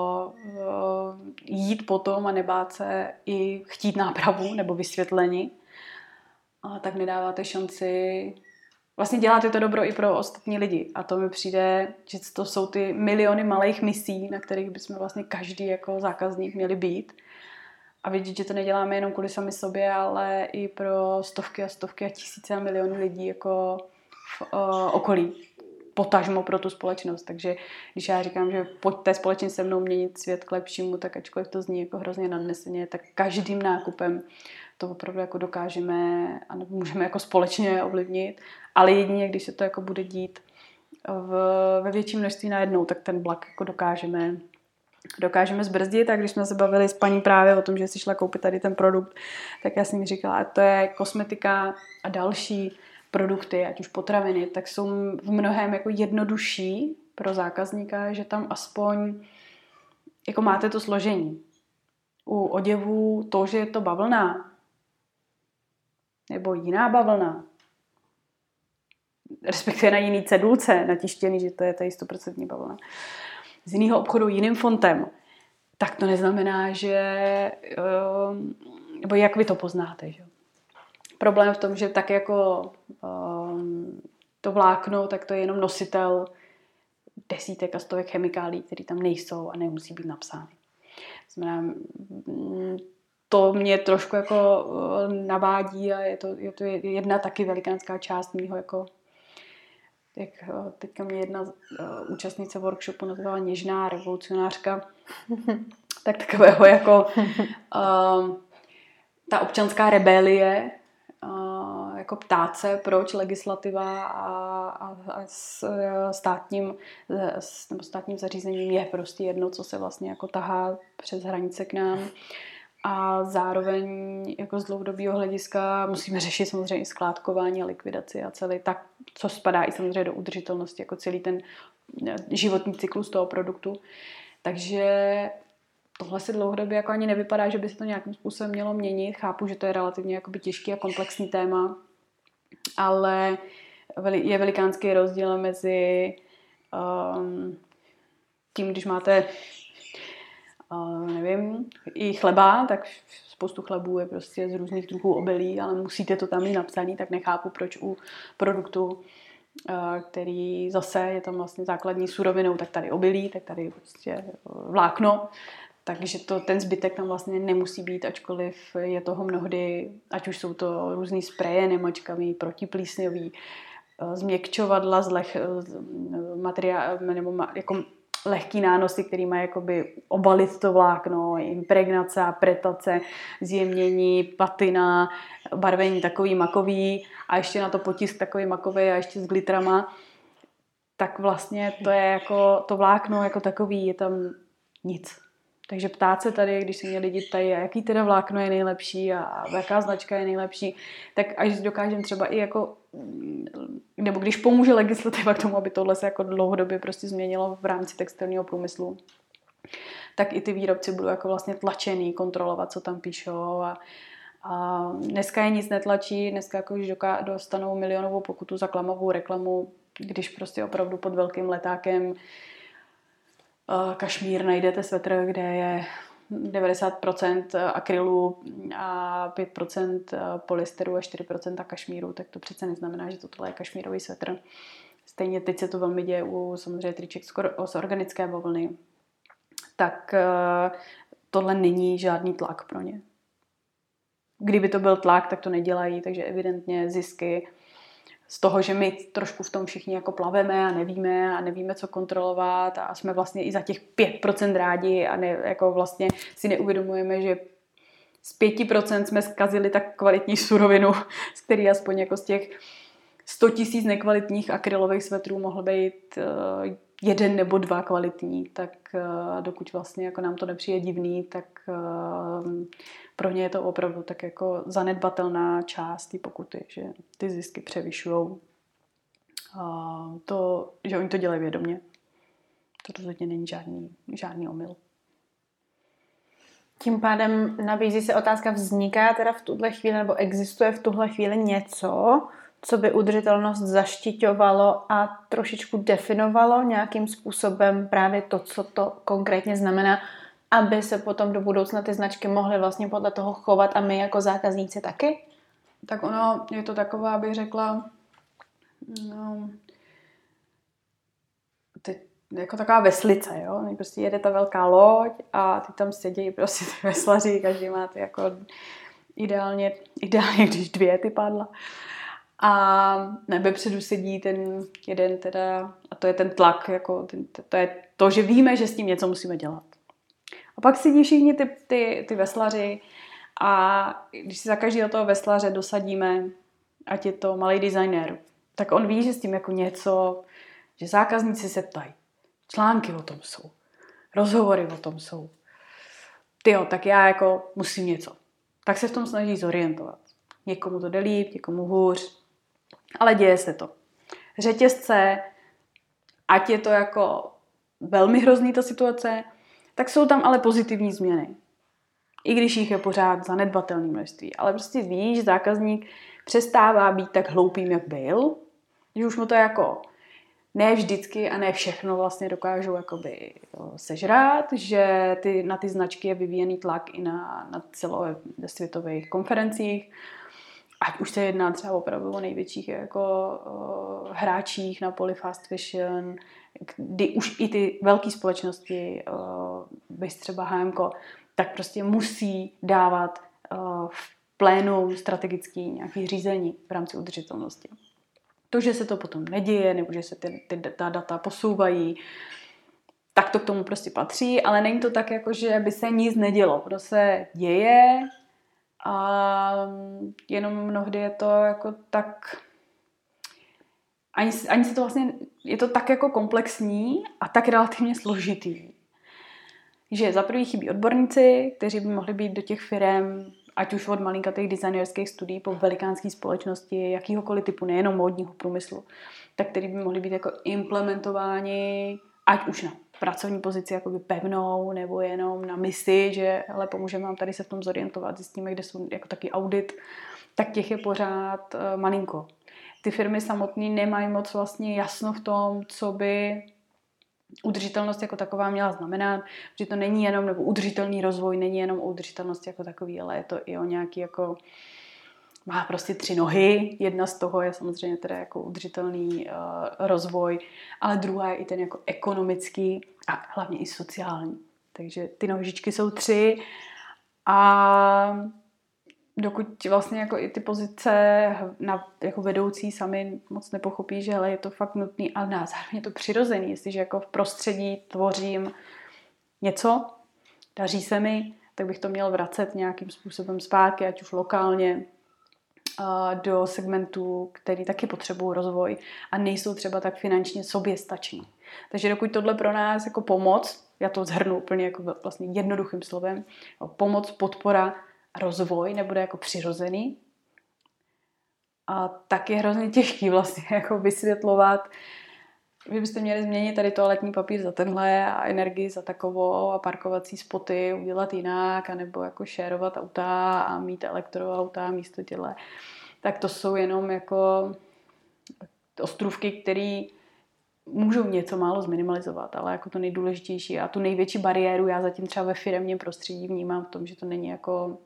jít potom a nebát se i chtít nápravu nebo vysvětlení, a tak nedáváte šanci. Vlastně děláte to dobro i pro ostatní lidi. A to mi přijde, že to jsou ty miliony malých misí, na kterých bychom vlastně každý jako zákazník měli být. A vidět, že to neděláme jenom kvůli sami sobě, ale i pro stovky a stovky a tisíce a miliony lidí jako v uh, okolí. Potažmo pro tu společnost. Takže když já říkám, že pojďte společně se mnou měnit svět k lepšímu, tak ačkoliv to zní jako hrozně nadneseně, tak každým nákupem to opravdu jako dokážeme a můžeme jako společně ovlivnit. Ale jedině, když se to jako bude dít v, ve větší množství najednou, tak ten vlak jako dokážeme, dokážeme zbrzdit. A když jsme se bavili s paní právě o tom, že si šla koupit tady ten produkt, tak já jsem mi říkala, a to je kosmetika a další produkty, ať už potraviny, tak jsou v mnohém jako jednodušší pro zákazníka, že tam aspoň jako máte to složení. U oděvů to, že je to bavlna nebo jiná bavlna, respektive na jiný cedulce natištěný, že to je tady sto procent bavlna, z jiného obchodu jiným fontem, tak to neznamená, že... Nebo jak vy to poznáte, že? Problém v tom, že tak jako to vlákno, tak to je jenom nositel desítek a stovek chemikálí, které tam nejsou a nemusí být napsány. Znamená, to mě trošku jako navádí a je to, je to jedna taky velikánská část mýho, jako, jak teďka mě jedna účastnice workshopu nazvala něžná revolucionářka, tak takového jako uh, ta občanská rebelie, uh, jako ptát se, proč legislativa a, a, a s státním, s, nebo státním zařízením je prostě jedno, co se vlastně jako tahá přes hranice k nám. A zároveň jako z dlouhodobého hlediska musíme řešit samozřejmě i skládkování a likvidaci a celý tak, co spadá i samozřejmě do udržitelnosti, jako celý ten životní cyklus toho produktu. Takže tohle se dlouhodobě jako ani nevypadá, že by se to nějakým způsobem mělo měnit. Chápu, že to je relativně jakoby těžký a komplexní téma, ale je velikánský rozdíl mezi um, tím, když máte Uh, nevím, i chleba, tak spoustu chlebů je prostě z různých druhů obilí, ale musíte to tam mít napsaný, tak nechápu, proč u produktu, uh, který zase je tam vlastně základní surovinou, tak tady obilí, tak tady prostě vlákno, takže to, ten zbytek tam vlastně nemusí být, ačkoliv je toho mnohdy, ať už jsou to různý spreje nemačkavý, protiplísňový, uh, změkčovadla z leh, uh, materiál, nebo ma, jako lehký nánosy, který mají jakoby obalit to vlákno, impregnace, pretace, zjemnění, patina, barvení takový makový a ještě na to potisk takový makový a ještě s glitrama, tak vlastně to je jako to vlákno jako takový, je tam nic. Takže ptát se tady, když se mě lidi ptají, jaký teda vlákno je nejlepší a jaká značka je nejlepší, tak až dokážeme třeba i jako, nebo když pomůže legislativa k tomu, aby tohle se jako dlouhodobě prostě změnilo v rámci textilního průmyslu, tak i ty výrobci budou jako vlastně tlačený kontrolovat, co tam píšou a, a dneska je nic netlačí, dneska jako už dostanou milionovou pokutu za klamavou reklamu, když prostě opravdu pod velkým letákem kašmír najdete svetr, kde je devadesát procent akrylu a pět procent polyesteru a čtyři procenta kašmíru, tak to přece neznamená, že tohle je kašmírový svetr. Stejně teď se to velmi děje u samozřejmě triček z organické bavlny. Tak tohle není žádný tlak pro ně. Kdyby to byl tlak, tak to nedělají, takže evidentně zisky z toho, že my trošku v tom všichni jako plaveme a nevíme a nevíme, co kontrolovat a jsme vlastně i za těch pět procent rádi a ne, jako vlastně si neuvědomujeme, že z pět procent jsme zkazili tak kvalitní surovinu, z který aspoň jako z těch sto tisíc nekvalitních akrylových svetrů mohl být uh, jeden nebo dva kvalitní, tak uh, dokud vlastně jako nám to nepřijde divný, tak uh, pro ně je to opravdu tak jako zanedbatelná část té pokuty, že ty zisky převyšují uh, to, že oni to dělají vědomě. To rozhodně není žádný, žádný omyl. Tím pádem nabízí se otázka, vzniká teda v tuhle chvíli, nebo existuje v tuhle chvíli něco, co by udržitelnost zaštiťovalo a trošičku definovalo nějakým způsobem právě to, co to konkrétně znamená, aby se potom do budoucna ty značky mohly vlastně podle toho chovat a my jako zákazníci taky? Tak ono je to taková, abych řekla, no, ty, jako taková veslice, jo? Prostě jede ta velká loď a ty tam sedějí prostě ty veslaři, každý má ty jako ideálně, ideálně když dvě ty pádla. A nebe předu sedí ten jeden teda, a to je ten tlak, jako ten, to je to, že víme, že s tím něco musíme dělat. A pak sedí všichni ty, ty, ty veslaři a když si za každého toho veslaře dosadíme, ať je to malý designér, tak on ví, že s tím jako něco, že zákazníci se ptají. Články o tom jsou, rozhovory o tom jsou. Tyjo, tak já jako musím něco. Tak se v tom snaží zorientovat. Někomu to jde líp, někomu hůř, ale děje se to. Řetězce, ať je to jako velmi hrozný ta situace, tak jsou tam ale pozitivní změny. I když jich je pořád zanedbatelné množství. Ale prostě víš, že zákazník přestává být tak hloupým, jak byl. Že už mu to jako ne vždycky a ne všechno vlastně dokážou jakoby sežrát, že ty, na ty značky je vyvíjený tlak i na, na celosvětových konferencích. Ať už se jedná třeba opravdu o největších jako uh, hráčích na poli fast fashion, kdy už i ty velké společnosti, uh, bys třeba H M ko, tak prostě musí dávat uh, v plénu strategický nějaký řízení v rámci udržitelnosti. To, že se to potom neděje, nebo že se ty, ty ta data posouvají, tak to k tomu prostě patří, ale není to tak, jako že by se nic nedělo. To se děje a jenom mnohdy je to jako tak... Ani, ani se to vlastně... Je to tak jako komplexní a tak relativně složitý, že za prvý chybí odborníci, kteří by mohli být do těch firem, ať už od malinkatých designerských studií po velikánské společnosti, jakýhokoliv typu, nejenom módního průmyslu, tak který by mohli být jako implementováni, ať už na pracovní pozici jakoby pevnou, nebo jenom na misi, že hele, pomůžeme vám tady se v tom zorientovat, zjistíme, kde jsou jako taky audit, tak těch je pořád uh, malinko. Ty firmy samotné nemají moc vlastně jasno v tom, co by udržitelnost jako taková měla znamenat, že to není jenom, nebo udržitelný rozvoj není jenom o udržitelnosti jako takový, ale je to i o nějaký jako, má prostě tři nohy, jedna z toho je samozřejmě teda jako udržitelný uh, rozvoj, ale druhá je i ten jako ekonomický a hlavně i sociální. Takže ty nožičky jsou tři a dokud vlastně jako i ty pozice na, jako vedoucí sami moc nepochopí, že hele, je to fakt nutný, ale na zároveň je to přirozený, jestliže jako v prostředí tvořím něco, daří se mi, tak bych to měl vracet nějakým způsobem zpátky, ať už lokálně, do segmentů, který taky potřebují rozvoj a nejsou třeba tak finančně soběstační. Takže dokud tohle pro nás jako pomoc, já to shrnu úplně jako vlastně jednoduchým slovem, pomoc, podpora, rozvoj nebude jako přirozený, a tak je hrozně těžký vlastně jako vysvětlovat, že byste měli změnit tady toaletní papír za tenhle a energii za takovou a parkovací spoty udělat jinak, anebo jako šérovat auta a mít elektroauta místo těle. Tak to jsou jenom jako ostrůvky, které můžou něco málo zminimalizovat, ale jako to nejdůležitější a tu největší bariéru já zatím třeba ve firemním prostředí vnímám v tom, že to není jako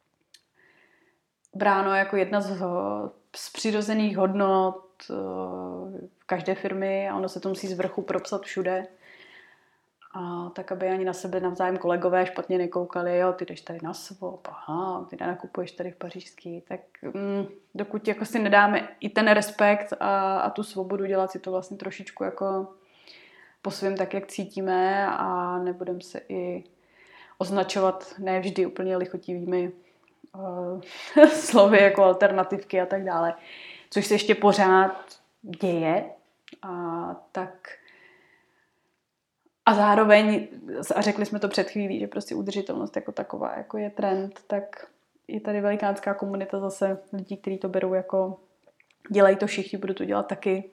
bráno jako jedna z, z přirozených hodnot v každé firmy a ono se to musí z vrchu propsat všude. A tak, aby ani na sebe navzájem kolegové špatně nekoukali, jo, ty jdeš tady na svop, aha, ty nakupuješ tady v pařížský, tak mm, dokud jako si nedáme i ten respekt a, a tu svobodu dělat si to vlastně trošičku jako po svém tak, jak cítíme a nebudeme se i označovat ne vždy úplně lichotivými uh, slovy jako alternativky a tak dále, což se ještě pořád děje a tak a zároveň, a řekli jsme to před chvílí, že prostě udržitelnost jako taková, jako je trend, tak je tady velikánská komunita zase lidí, kteří to berou jako dělají to všichni, budu to dělat taky.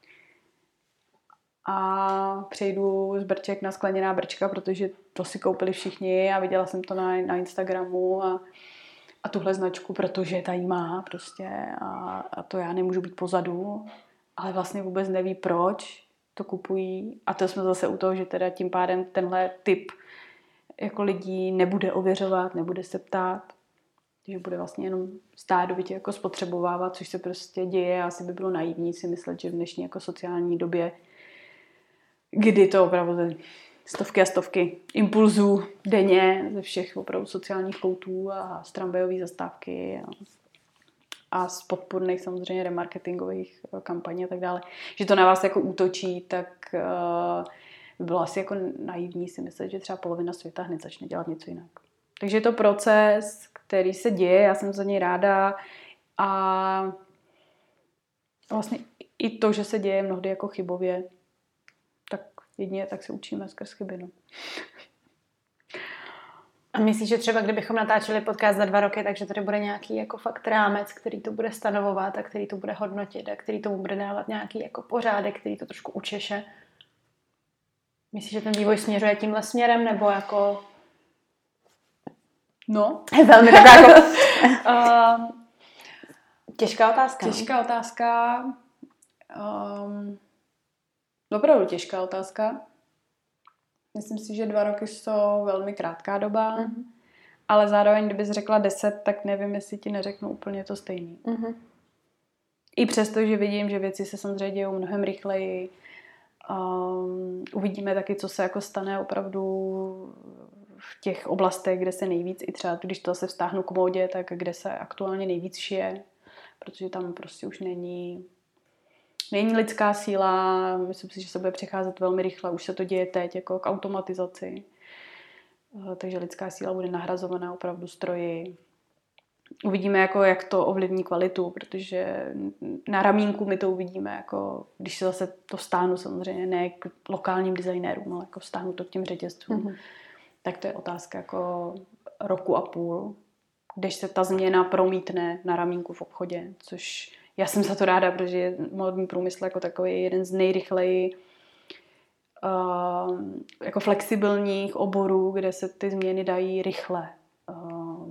A přejdu z brček na skleněná brčka, protože to si koupili všichni a viděla jsem to na, na Instagramu a, a tuhle značku, protože ta jí má prostě a, a to já nemůžu být pozadu, ale vlastně vůbec neví proč to kupují a to jsme zase u toho, že teda tím pádem tenhle typ jako lidí nebude ověřovat, nebude se ptát, že bude vlastně jenom stádovitě jako spotřebovávat, což se prostě děje a asi by bylo naivní si myslet, že v dnešní jako sociální době, kdy to opravdu stovky a stovky impulzů denně ze všech opravdu sociálních koutů a z tramvajové zastávky a, a z podpůrných samozřejmě remarketingových kampaní a tak dále, že to na vás jako útočí, tak uh, by bylo asi jako naivní si myslet, že třeba polovina světa hned začne dělat něco jinak. Takže je to proces, který se děje, já jsem za něj ráda a vlastně i to, že se děje mnohdy jako chybově, tak jedině tak se učíme skrz chyby. No. A myslíš, že třeba kdybychom natáčeli podcast za dva roky, takže tady bude nějaký jako fakt rámec, který to bude stanovovat a který to bude hodnotit a který tomu bude dávat nějaký jako pořádek, který to trošku učeše? Myslíš, že ten vývoj směřuje tímhle směrem, nebo jako... No. Velmi taková jako... uh, těžká otázka. Těžká otázka. Um, Opravdu těžká otázka. Myslím si, že dva roky jsou velmi krátká doba, mm-hmm. ale zároveň, kdybys řekla deset, tak nevím, jestli ti neřeknu úplně to stejný. Mm-hmm. I přesto, že vidím, že věci se samozřejmě dějou mnohem rychleji. Um, uvidíme taky, co se jako stane opravdu v těch oblastech, kde se nejvíc, i třeba když to se vztáhnu k módě, tak kde se aktuálně nejvíc šije, protože tam prostě už není není lidská síla, myslím si, že se bude přecházet velmi rychle, už se to děje teď jako k automatizaci, takže lidská síla bude nahrazovaná opravdu stroji. Uvidíme, jako, jak to ovlivní kvalitu, protože na ramínku my to uvidíme, jako, když se zase to vztáhnu samozřejmě, ne k lokálním designérům, ale jako vztáhnu to k těm řetězcům, mm-hmm. tak to je otázka jako roku a půl, když se ta změna promítne na ramínku v obchodě, což já jsem za to ráda, protože módní průmysl jako takový je jeden z nejrychleji uh, jako flexibilních oborů, kde se ty změny dají rychle. Uh,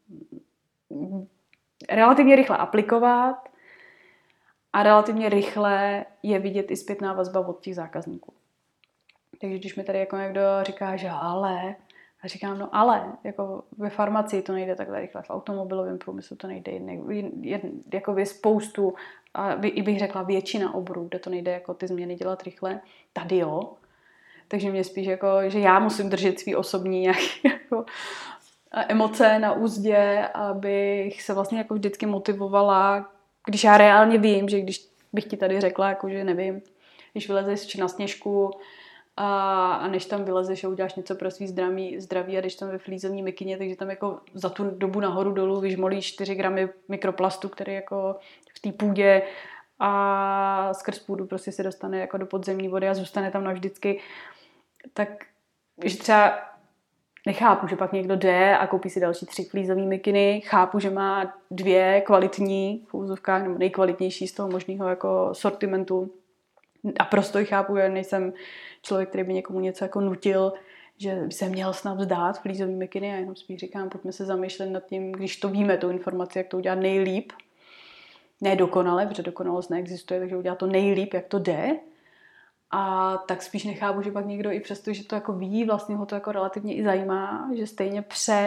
relativně rychle aplikovat a relativně rychle je vidět i zpětná vazba od těch zákazníků. Takže když mi tady jako někdo říká, že ale, a říkám, no ale, jako ve farmacii to nejde takhle rychle, v automobilovém průmyslu to nejde, je, je, jako je spoustu, a i bych řekla většina oborů, kde to nejde jako ty změny dělat rychle, tady jo. Takže mě spíš jako, že já musím držet svý osobní nějaký jako emoce na úzdě, abych se vlastně jako vždycky motivovala, když já reálně vím, že když bych ti tady řekla, jako že nevím, když vylezeš na sněžku a, a než tam vylezeš a uděláš něco pro svý zdraví, zdraví a když tam ve flízovní mikině, takže tam jako za tu dobu nahoru dolů vyžmolíš čtyři gramy mikroplastu, který jako v té půdě a skrz půdu prostě se dostane jako do podzemní vody a zůstane tam navždycky, tak že třeba nechápu, že pak někdo jde a koupí si další tři flízové mikiny. Chápu, že má dvě kvalitní v úzovkách, nebo nejkvalitnější z toho možného jako sortimentu. A prosto ji chápu, že nejsem člověk, který by někomu něco jako nutil, že by se měl snad vzdát flízové mikiny. A jenom spíš říkám, pojďme se zamýšlet nad tím, když to víme, tu informaci, jak to udělat nejlíp. Ne dokonale, protože dokonalost neexistuje, takže udělat to nejlíp, jak to jde. A tak spíš nechápu, že pak někdo i přesto, že to jako ví, vlastně ho to jako relativně i zajímá, že stejně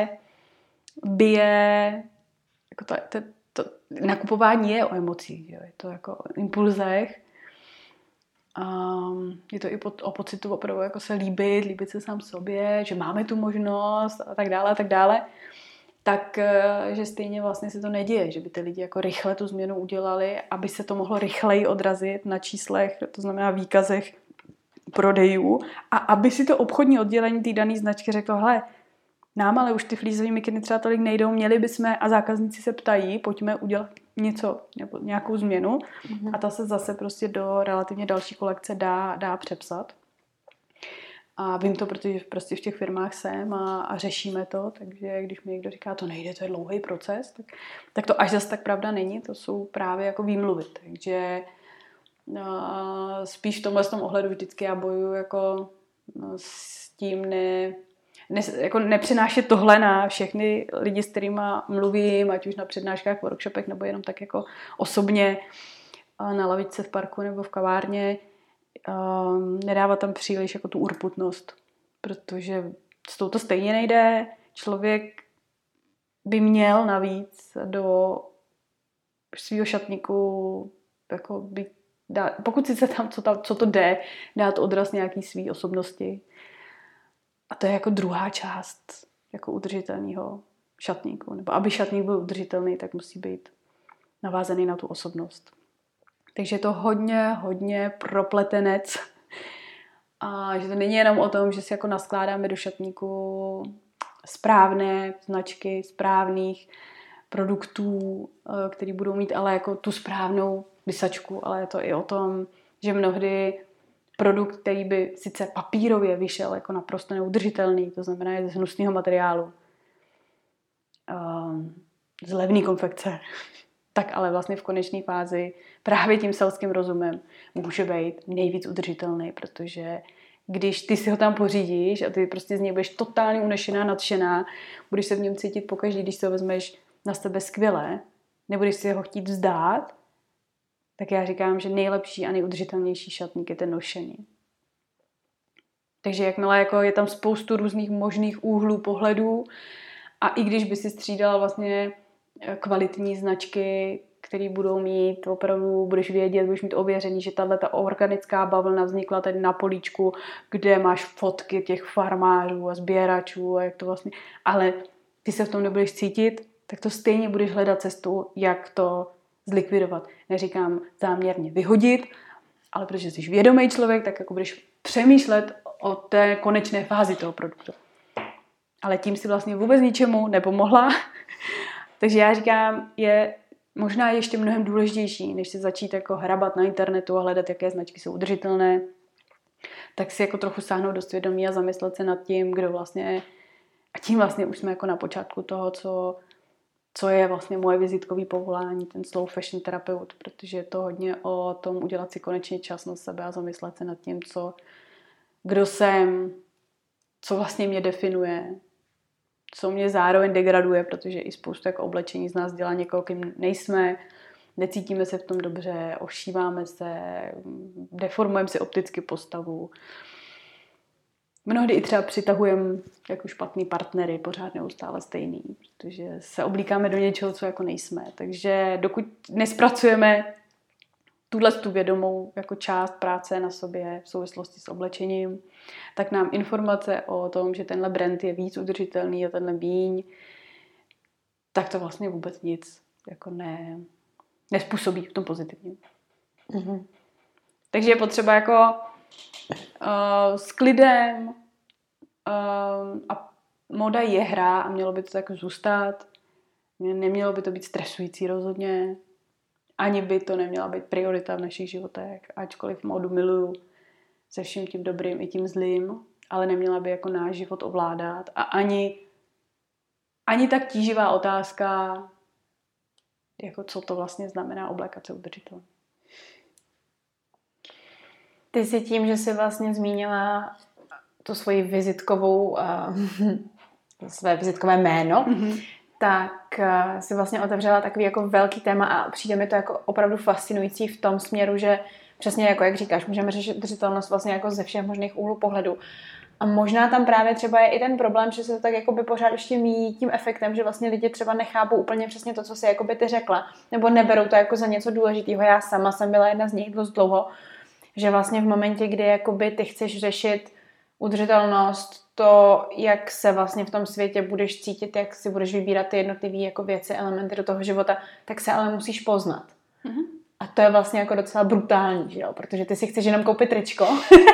přebije, jako to, to, to nakupování je o emocích, jo? Je to jako o impulzech, a je to i po, o pocitu opravdu jako se líbit, líbit se sám sobě, že máme tu možnost a tak dále a tak dále, tak že stejně vlastně se to neděje, že by ty lidi jako rychle tu změnu udělali, aby se to mohlo rychleji odrazit na číslech, to znamená výkazech prodejů a aby si to obchodní oddělení té dané značky řeklo, hele, nám ale už ty flízové mikiny třeba tolik nejdou, měli bychom a zákazníci se ptají, pojďme udělat něco, nebo nějakou změnu mm-hmm. a ta se zase prostě do relativně další kolekce dá, dá přepsat. A vím to, protože prostě v těch firmách jsem a, a řešíme to, takže když mi někdo říká, to nejde, to je dlouhý proces, tak, tak to až zase tak pravda není, to jsou právě jako výmluvy. Takže a, spíš v tomhle tom ohledu vždycky já bojuju jako no, s tím ne, ne, jako nepřenášet tohle na všechny lidi, s kterými mluvím, ať už na přednáškách, workshopech, nebo jenom tak jako osobně na lavičce v parku nebo v kavárně. Um, nedávat tam příliš jako tu urputnost, protože s touto stejně nejde. Člověk by měl navíc do svýho šatníku jako by dá, pokud si se tam co, tam, co to jde, dát odraz nějaký svý osobnosti. A to je jako druhá část jako udržitelného šatníku. Nebo aby šatník byl udržitelný, tak musí být navázaný na tu osobnost. Takže je to hodně, hodně propletenec. A že to není jenom o tom, že si jako naskládáme do šatníku správné značky, správných produktů, který budou mít ale jako tu správnou vysačku, ale je to i o tom, že mnohdy produkt, který by sice papírově vyšel jako naprosto neudržitelný, to znamená je z hnusného materiálu, z levné konfekce, tak ale vlastně v konečné fázi právě tím selským rozumem může být nejvíc udržitelný, protože když ty si ho tam pořídíš a ty prostě z něj budeš totálně unešená, nadšená, budeš se v něm cítit pokaždý, když si ho vezmeš na sebe skvěle, nebudeš si ho chtít vzdát, tak já říkám, že nejlepší a nejudržitelnější šatník je ten nošený. Takže jakmile jako je tam spoustu různých možných úhlů pohledů a i když by si střídala vlastně kvalitní značky, které budou mít, opravdu budeš vědět, budeš mít ověřený, že tahle ta organická bavlna vznikla tady na políčku, kde máš fotky těch farmářů a sběračů a jak to vlastně, ale ty se v tom nebudeš cítit, tak to stejně budeš hledat cestu, jak to zlikvidovat. Neříkám záměrně vyhodit, ale protože jsi vědomý člověk, tak jako budeš přemýšlet o té konečné fázi toho produktu. Ale tím si vlastně vůbec ničemu nepomohla. Takže já říkám, je možná ještě mnohem důležitější, než si začít jako hrabat na internetu a hledat, jaké značky jsou udržitelné, tak si jako trochu sáhnout do svědomí a zamyslet se nad tím, kdo vlastně, a tím vlastně už jsme jako na počátku toho, co, co je vlastně moje vizitkový povolání, ten slow fashion terapeut, protože je to hodně o tom udělat si konečně čas na sebe a zamyslet se nad tím, co, kdo jsem, co vlastně mě definuje, co mě zároveň degraduje, protože i spoustu jako oblečení z nás dělá někoho, kým nejsme, necítíme se v tom dobře, ošíváme se, deformujeme si opticky postavu. Mnohdy i třeba přitahujeme jako špatný partnery, pořád neustále stejný, protože se oblíkáme do něčeho, co jako nejsme. Takže dokud nespracujeme tuhle tu vědomou jako část práce na sobě v souvislosti s oblečením, tak nám informace o tom, že tenhle brand je víc udržitelný a tenhle míň, tak to vlastně vůbec nic jako ne, nespůsobí v tom pozitivním. Mm-hmm. Takže je potřeba jako uh, s klidem uh, a móda je hra a mělo by to tak zůstat. Nemělo by to být stresující rozhodně. Ani by to neměla být priorita v našich životech, ačkoliv módu miluju se vším tím dobrým i tím zlým, ale neměla by jako náš život ovládat. A ani, ani tak tíživá otázka, jako co to vlastně znamená oblékat se udržitelně. Ty si tím, že jsi vlastně zmínila tu svoji vizitkovou, uh, své vizitkové jméno, mm-hmm. tak uh, si vlastně otevřela takový jako velký téma a přijde mi to jako opravdu fascinující v tom směru, že přesně jako jak říkáš, můžeme řešit udržitelnost vlastně jako ze všech možných úhlů pohledu. A možná tam právě třeba je i ten problém, že se to tak jakoby pořád ještě míjí tím efektem, že vlastně lidi třeba nechápou úplně přesně to, co si jakoby ty řekla, nebo neberou to jako za něco důležitého. Já sama jsem byla jedna z nich dost dlouho, že vlastně v momentě, kdy jakoby ty chceš řešit udržitelnost, to, jak se vlastně v tom světě budeš cítit, jak si budeš vybírat ty jednotlivé jako věci, elementy do toho života, tak se ale musíš poznat. Mm-hmm. A to je vlastně jako docela brutální, že jo? Protože ty si chceš jenom koupit tričko.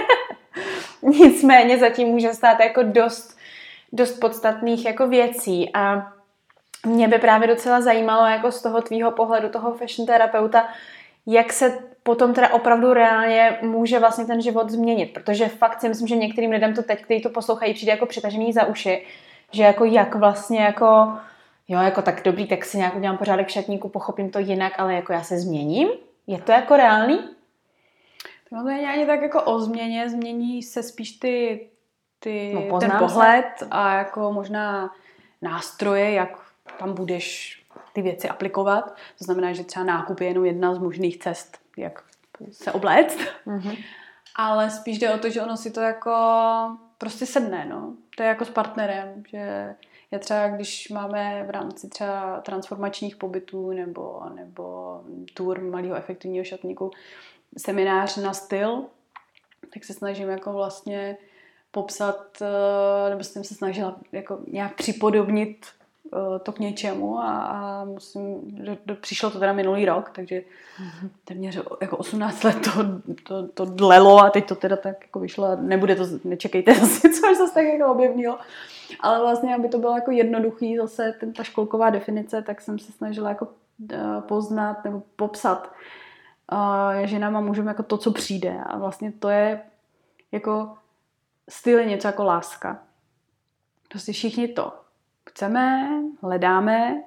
Nicméně zatím může stát jako dost, dost podstatných jako věcí. A mě by právě docela zajímalo jako z toho tvýho pohledu, toho fashion terapeuta, jak se potom teda opravdu reálně může vlastně ten život změnit. Protože fakt si myslím, že některým lidem to teď, kteří to poslouchají, přijde jako přitažený za uši. Že jako jak vlastně jako, jo, jako tak dobrý, tak si nějak udělám pořádek v šatníku, pochopím to jinak, ale jako já se změním. Je to jako reálný? No to není ani tak jako o změně, změní se spíš ty, ty no, ten pohled se. A jako možná nástroje, jak tam budeš ty věci aplikovat. To znamená, že třeba nákup je jenom jedna z možných cest, jak se obléct. Mm-hmm. Ale spíš jde o to, že ono si to jako prostě sedne, no. To je jako s partnerem, že já třeba, když máme v rámci třeba transformačních pobytů nebo, nebo tour malého efektivního šatníku seminář na styl, tak se snažím jako vlastně popsat, nebo jsem se snažila jako nějak připodobnit to k něčemu a, a musím, do, do, přišlo to teda minulý rok, takže téměř jako osmnáct let to, to, to dlelo a teď to teda tak jako vyšlo a nebude to, nečekejte zase, co až zase tak jako objevnilo. Ale vlastně, aby to bylo jako jednoduchý, zase ten, ta školková definice, tak jsem se snažila jako poznat nebo popsat uh, ženama mužům jako to, co přijde. A vlastně to je jako styl je něco jako láska. Prostě všichni to chceme, hledáme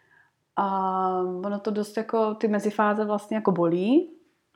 a ono to dost jako ty mezifáze vlastně jako bolí.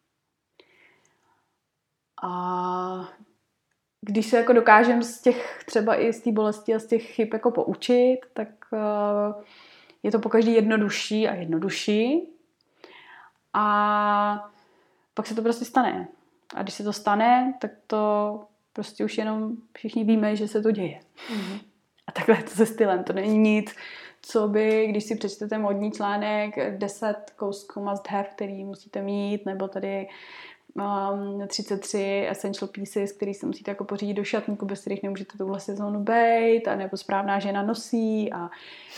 A když se jako dokážeme z těch třeba i z té bolesti a z těch chyb jako poučit, tak uh, je to pokaždý jednodušší a jednodušší. a pak se to prostě stane. A když se to stane, tak to prostě už jenom všichni víme, že se to děje. Mm-hmm. A takhle je to se stylem. To není nic, co by, když si přečtete modní článek, deset kousků must have, který musíte mít, nebo tady um, třicet tři essential pieces, který si musíte jako pořídit do šatníku, bez kterých nemůžete tuhle sezónu bejt, a nebo správná žena nosí a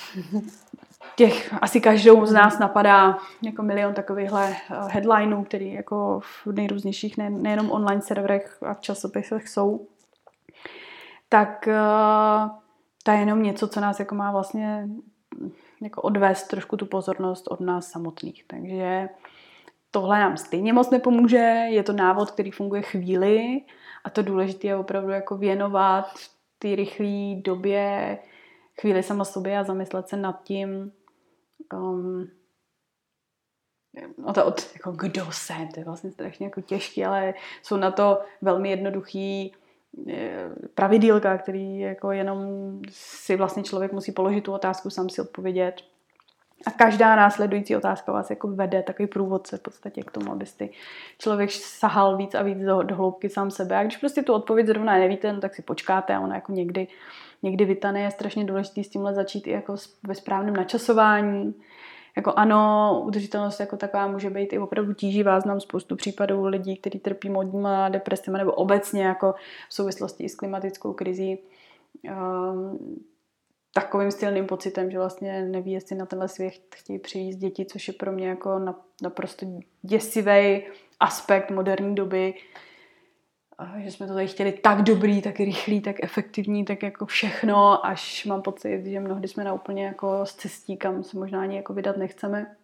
těch asi každou z nás napadá jako milion takovýchhle headlineů, který jako v nejrůznějších, ne, nejenom online serverech a v časopisech jsou. Tak uh, to je jenom něco, co nás jako má vlastně jako odvést trošku tu pozornost od nás samotných. Takže tohle nám stejně moc nepomůže. Je to návod, který funguje chvíli a to důležité je opravdu jako věnovat té rychlé době chvíli sama sobě a zamyslet se nad tím, um, no to od, jako kdo jsem, to je vlastně strašně jako těžký, ale jsou na to velmi jednoduchý pravidílka, který jako jenom si vlastně člověk musí položit tu otázku, sám si odpovědět. A každá následující otázka vás jako vede, takový průvodce v podstatě k tomu, abyste člověk sahal víc a víc do, do hloubky sám sebe. A když prostě tu odpověď zrovna nevíte, no tak si počkáte a ona jako někdy, někdy vytane. Je strašně důležitý s tímhle začít i jako ve správném načasování. Jako ano, udržitelnost jako taková může být i opravdu tíživá. Znám spoustu případů lidí, kteří trpí modníma depresema nebo obecně jako v souvislosti s klimatickou krizí. Um, takovým silným pocitem, že vlastně neví, jestli na tenhle svět chtějí přivést děti, což je pro mě jako naprosto děsivý aspekt moderní doby. Že jsme to tady chtěli tak dobrý, tak rychlý, tak efektivní, tak jako všechno, až mám pocit, že mnohdy jsme na úplně jako z cestí, kam se možná ani jako vydat nechceme.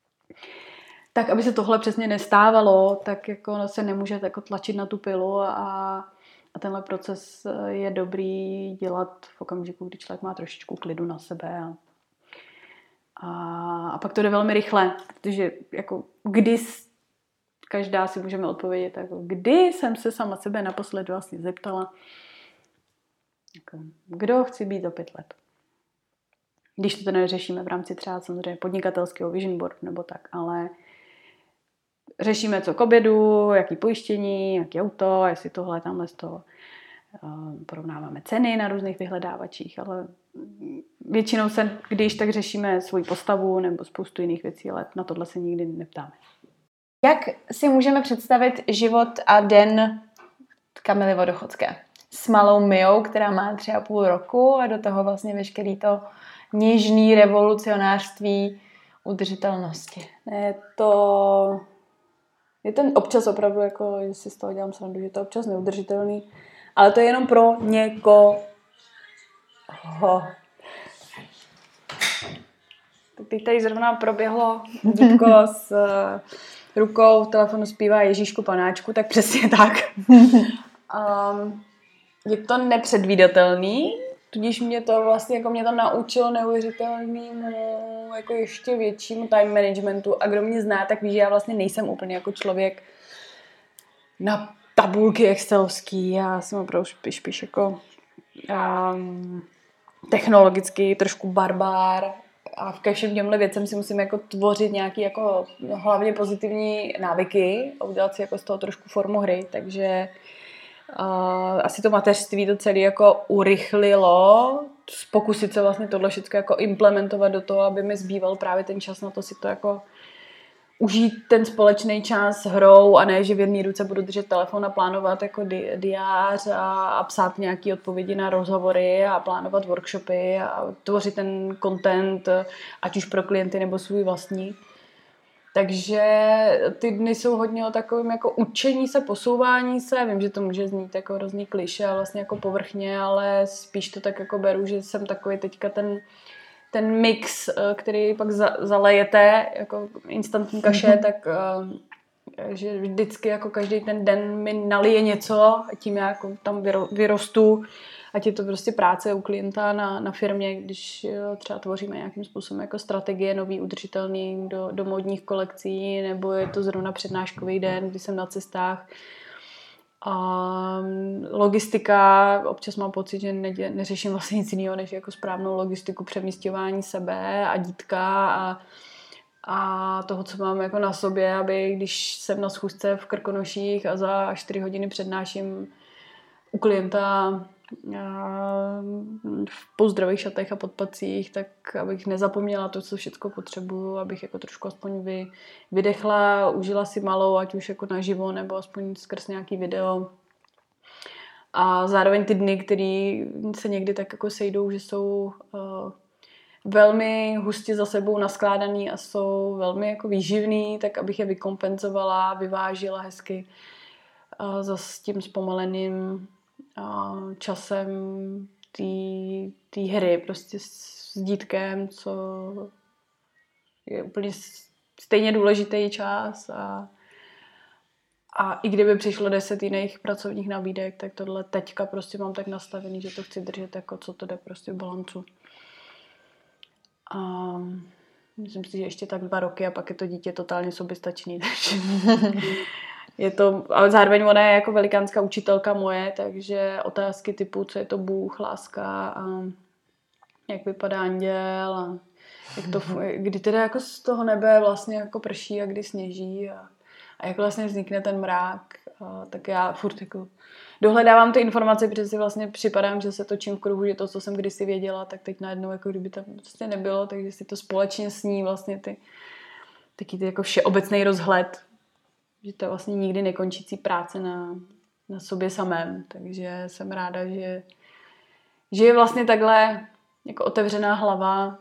Tak aby se tohle přesně nestávalo, tak jako se nemůže jako tlačit na tu pilu a, a tenhle proces je dobrý dělat v okamžiku, kdy člověk má trošičku klidu na sebe. A, a, a pak to jde velmi rychle, protože jako kdy každá si můžeme odpovědět, jako kdy jsem se sama sebe naposled vlastně zeptala, jako, kdo chci být za pět let. Když to teda řešíme v rámci třeba samozřejmě podnikatelského vision board nebo tak, ale řešíme co k obědu, jaký pojištění, jaký auto, jestli tohle, tamhle z toho. Porovnáváme ceny na různých vyhledávačích, ale většinou se, když tak řešíme svoji postavu nebo spoustu jiných věcí, ale na tohle se nikdy neptáme. Jak si můžeme představit život a den Kamily Vodochodské? S malou Mijou, která má tři a půl roku a do toho vlastně veškerý to něžný revolucionářství udržitelnosti. Je to, je to občas opravdu, jako, že si z toho dělám srandu, že je to občas neudržitelný, ale to je jenom pro někoho. Tak teď tady zrovna proběhlo dítko s rukou v telefonu zpívá Ježíšku Panáčku, tak přesně tak. Um, je to nepředvídatelný, tudíž mě to vlastně jako mě to naučilo neuvěřitelnému jako ještě většímu time managementu a kdo mě zná, tak ví, že já vlastně nejsem úplně jako člověk na tabulky excelovský, já jsem opravdu spíš, spíš jako um, technologicky trošku barbár. A ke všem těmhle věcem si musím jako tvořit nějaký jako hlavně pozitivní návyky a udělat si jako z toho trošku formu hry, takže uh, asi to mateřství to celé jako urychlilo, pokusit se vlastně tohle všechno jako implementovat do toho, aby mi zbýval právě ten čas na to si to jako užít ten společný čas hrou a ne, že v jedné ruce budu držet telefon a plánovat jako di- diář a, a psát nějaké odpovědi na rozhovory a plánovat workshopy a tvořit ten content, ať už pro klienty nebo svůj vlastní. Takže ty dny jsou hodně o takovém jako učení se, posouvání se. Vím, že to může znít jako hrozný klišé a vlastně jako povrchně, ale spíš to tak jako beru, že jsem takový teďka ten ten mix, který pak za, zalejete jako instantní kaše, mm-hmm. tak že vždycky jako každý ten den mi nalije něco a tím já jako tam vyro, vyrostu, ať je to prostě práce u klienta na, na firmě, když třeba tvoříme nějakým způsobem jako strategie nový, udržitelný do, do módních kolekcí, nebo je to zrovna přednáškový den, kdy jsem na cestách. A logistika, občas mám pocit, že ne, neřeším vlastně nic jiného, než jako správnou logistiku přemísťování sebe a dítka a a toho, co mám jako na sobě, aby když jsem na schůzce v Krkonoších a za čtyři hodiny přednáším u klienta v pozdravých šatech a podpacích, tak abych nezapomněla to, co všechno potřebuju, abych jako trošku aspoň vy, vydechla, užila si malou, ať už jako naživo, nebo aspoň skrz nějaký video. A zároveň ty dny, které se někdy tak jako sejdou, že jsou uh, velmi hustě za sebou naskládaný a jsou velmi jako výživný, tak abych je vykompenzovala, vyvážila hezky uh, za s tím zpomaleným uh, časem té hry, prostě s, s dítkem, co je úplně stejně důležitý čas a A i kdyby přišlo deset jiných pracovních nabídek, tak tohle teďka prostě mám tak nastavený, že to chci držet jako co to jde prostě v balancu. A myslím si, že ještě tak dva roky a pak je to dítě totálně soběstačný. Je to, ale zároveň ona je jako velikánská učitelka moje, takže otázky typu, co je to Bůh, láska a jak vypadá anděl a jak to, kdy teda jako z toho nebe vlastně jako prší a kdy sněží a A jak vlastně vznikne ten mrák, a tak já furt jako dohledávám ty informace, protože si vlastně připadám, že se točím v kruhu, že to, co jsem kdysi věděla, tak teď najednou jako kdyby tam prostě nebylo, takže si to společně sní vlastně ty taky ty jako všeobecný rozhled, že to je vlastně nikdy nekončící práce na, na sobě samém, takže jsem ráda, že, že je vlastně takhle jako otevřená hlava,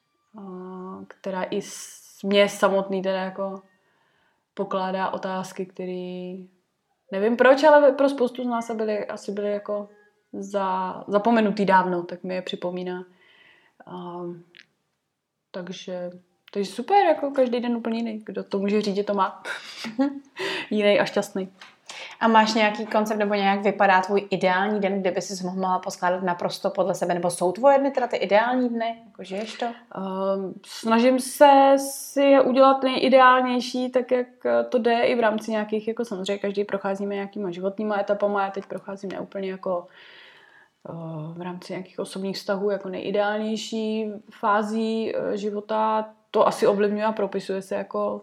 která i mě samotný teda jako pokládá otázky, které nevím proč, ale pro spoustu z nás byly, asi byly jako za, zapomenutý dávno, tak mi je připomíná. Um, takže, takže super, jako každý den úplně jiný. Kdo to může říct, že to má. Jiný a šťastný. A máš nějaký koncept, nebo nějak vypadá tvůj ideální den, kde by si mohla poskládat naprosto podle sebe, nebo jsou tvoje dny teda ty ideální dny? Jako žiješ to? Um, snažím se si je udělat nejideálnější, tak jak to jde i v rámci nějakých, jako samozřejmě každý procházíme nějakýma životníma etapama, já teď procházím neúplně jako uh, v rámci nějakých osobních vztahů jako nejideálnější fází uh, života. To asi ovlivňuje a propisuje se jako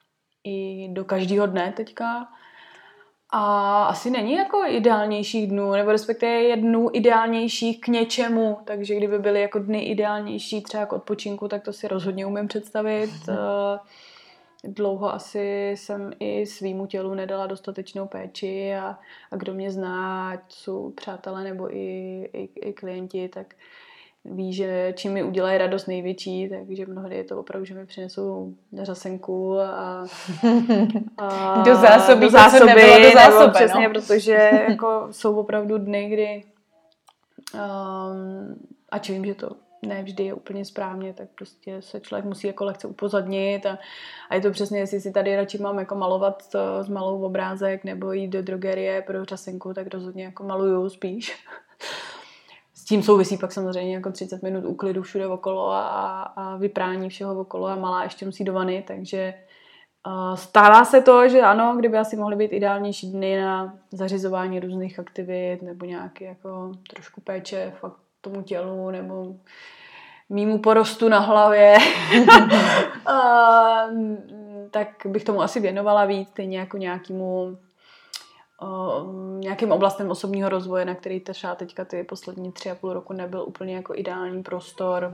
i do každého dne teďka. A asi není jako ideálnějších dnů, nebo respektive je dnů ideálnějších k něčemu, takže kdyby byly jako dny ideálnější třeba k odpočinku, tak to si rozhodně umím představit. Dlouho asi jsem i svýmu tělu nedala dostatečnou péči a, a kdo mě zná, ať jsou přátelé nebo i, i, i klienti, tak ví, že čím mi udělají radost největší, takže mnohdy je to opravdu, že mi přinesou řasenku a, a do zásoby, do zásoby, do zásoby nebo přesně, no. Protože jako jsou opravdu dny, kdy um, ač vím, že to ne vždy je úplně správně, tak prostě se člověk musí jako lehce upozadnit a, a je to přesně, jestli si tady radši mám jako malovat to, s malou obrázek nebo jít do drogerie pro řasenku, tak rozhodně jako maluju spíš. S tím souvisí pak samozřejmě jako třicet minut úklidu všude okolo a, a vyprání všeho okolo a malá ještě musí do vany, takže uh, stává se to, že ano, kdyby asi mohly být ideálnější dny na zařizování různých aktivit nebo nějaký jako trošku péče fakt tomu tělu nebo mýmu porostu na hlavě, uh, tak bych tomu asi věnovala víc, stejně jako nějakému Uh, nějakým oblastem osobního rozvoje, na který třeba teďka ty poslední tři a půl roku nebyl úplně jako ideální prostor.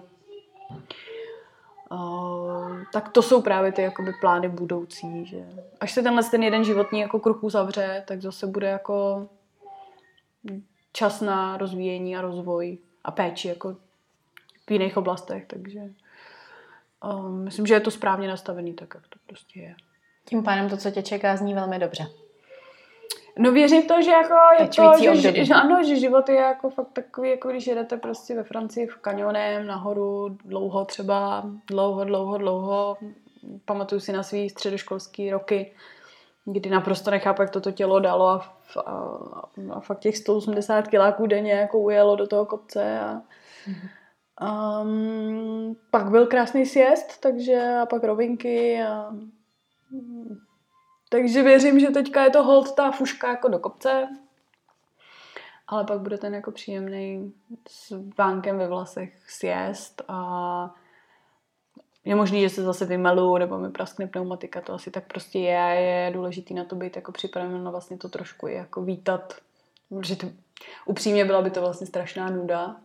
Uh, tak to jsou právě ty jakoby plány budoucí, že až se tenhle ten jeden životní jako kruh uzavře, tak zase bude jako čas na rozvíjení a rozvoj a péči jako v jiných oblastech, takže uh, myslím, že je to správně nastavený tak, jak to prostě je. Tím pádem to, co tě čeká, zní velmi dobře. No věřím v to, že jako je to, že, že, ano, že život je jako fakt takový, jako když jedete prostě ve Francii v kanionem nahoru dlouho třeba, dlouho, dlouho, dlouho. Pamatuju si na svý středoškolský roky, kdy naprosto nechápu, jak toto tělo dalo a, a, a fakt těch sto osmdesát kiláků denně jako ujelo do toho kopce a um, pak byl krásný sjezd, takže a pak rovinky a takže věřím, že teďka je to hold ta fuška jako do kopce, ale pak bude ten jako příjemný s vánkem ve vlasech sjezd a je možný, že se zase vymalu nebo mi praskne pneumatika, to asi tak prostě je a je důležitý na to být jako připraven na vlastně to trošku i jako vítat, protože to, upřímně byla by to vlastně strašná nuda.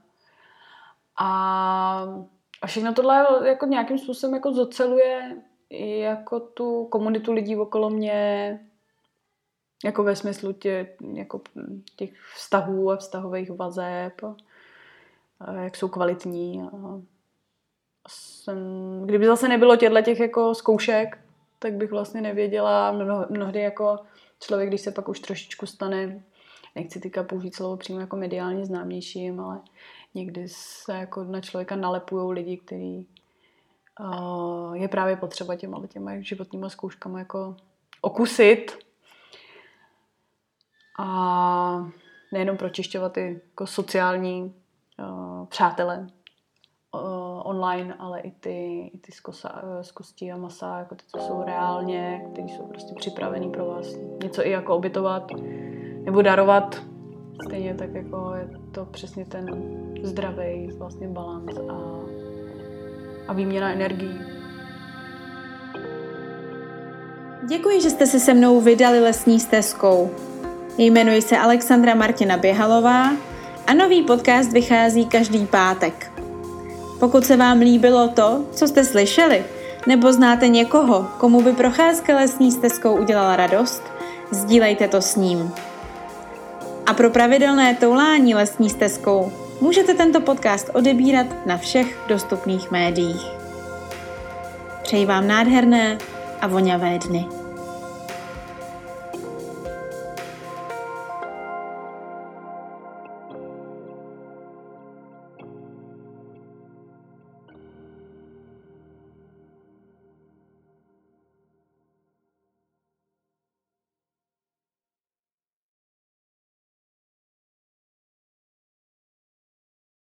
A, a všechno tohle jako nějakým způsobem jako zoceluje i jako tu komunitu lidí okolo mě, jako ve smyslu tě, jako těch vztahů a vztahových vazeb, a, a jak jsou kvalitní. A, a jsem, kdyby zase nebylo těchto těch jako zkoušek, tak bych vlastně nevěděla. Mno, mnohdy jako člověk, když se pak už trošičku stane, nechci teďka použít slovo přímo jako mediálně známějším, ale někdy se jako na člověka nalepujou lidi, který uh, je právě potřeba těma, těma životníma zkouškama jako okusit. A nejenom pročišťovat ty jako sociální uh, přátele uh, online, ale i ty, i ty z, kosa, z kostí a masa, jako ty, co jsou reálně, kteří jsou prostě připravený pro vás něco i jako obětovat nebo darovat. Stejně tak jako je to přesně ten zdravý vlastně balans a, a výměna energií. Děkuji, že jste se se mnou vydali lesní stezkou. Jmenuji se Alexandra Martina Běhalová a nový podcast vychází každý pátek. Pokud se vám líbilo to, co jste slyšeli, nebo znáte někoho, komu by procházka lesní stezkou udělala radost, sdílejte to s ním. A pro pravidelné toulání lesní stezkou můžete tento podcast odebírat na všech dostupných médiích. Přeji vám nádherné a voňavé dny.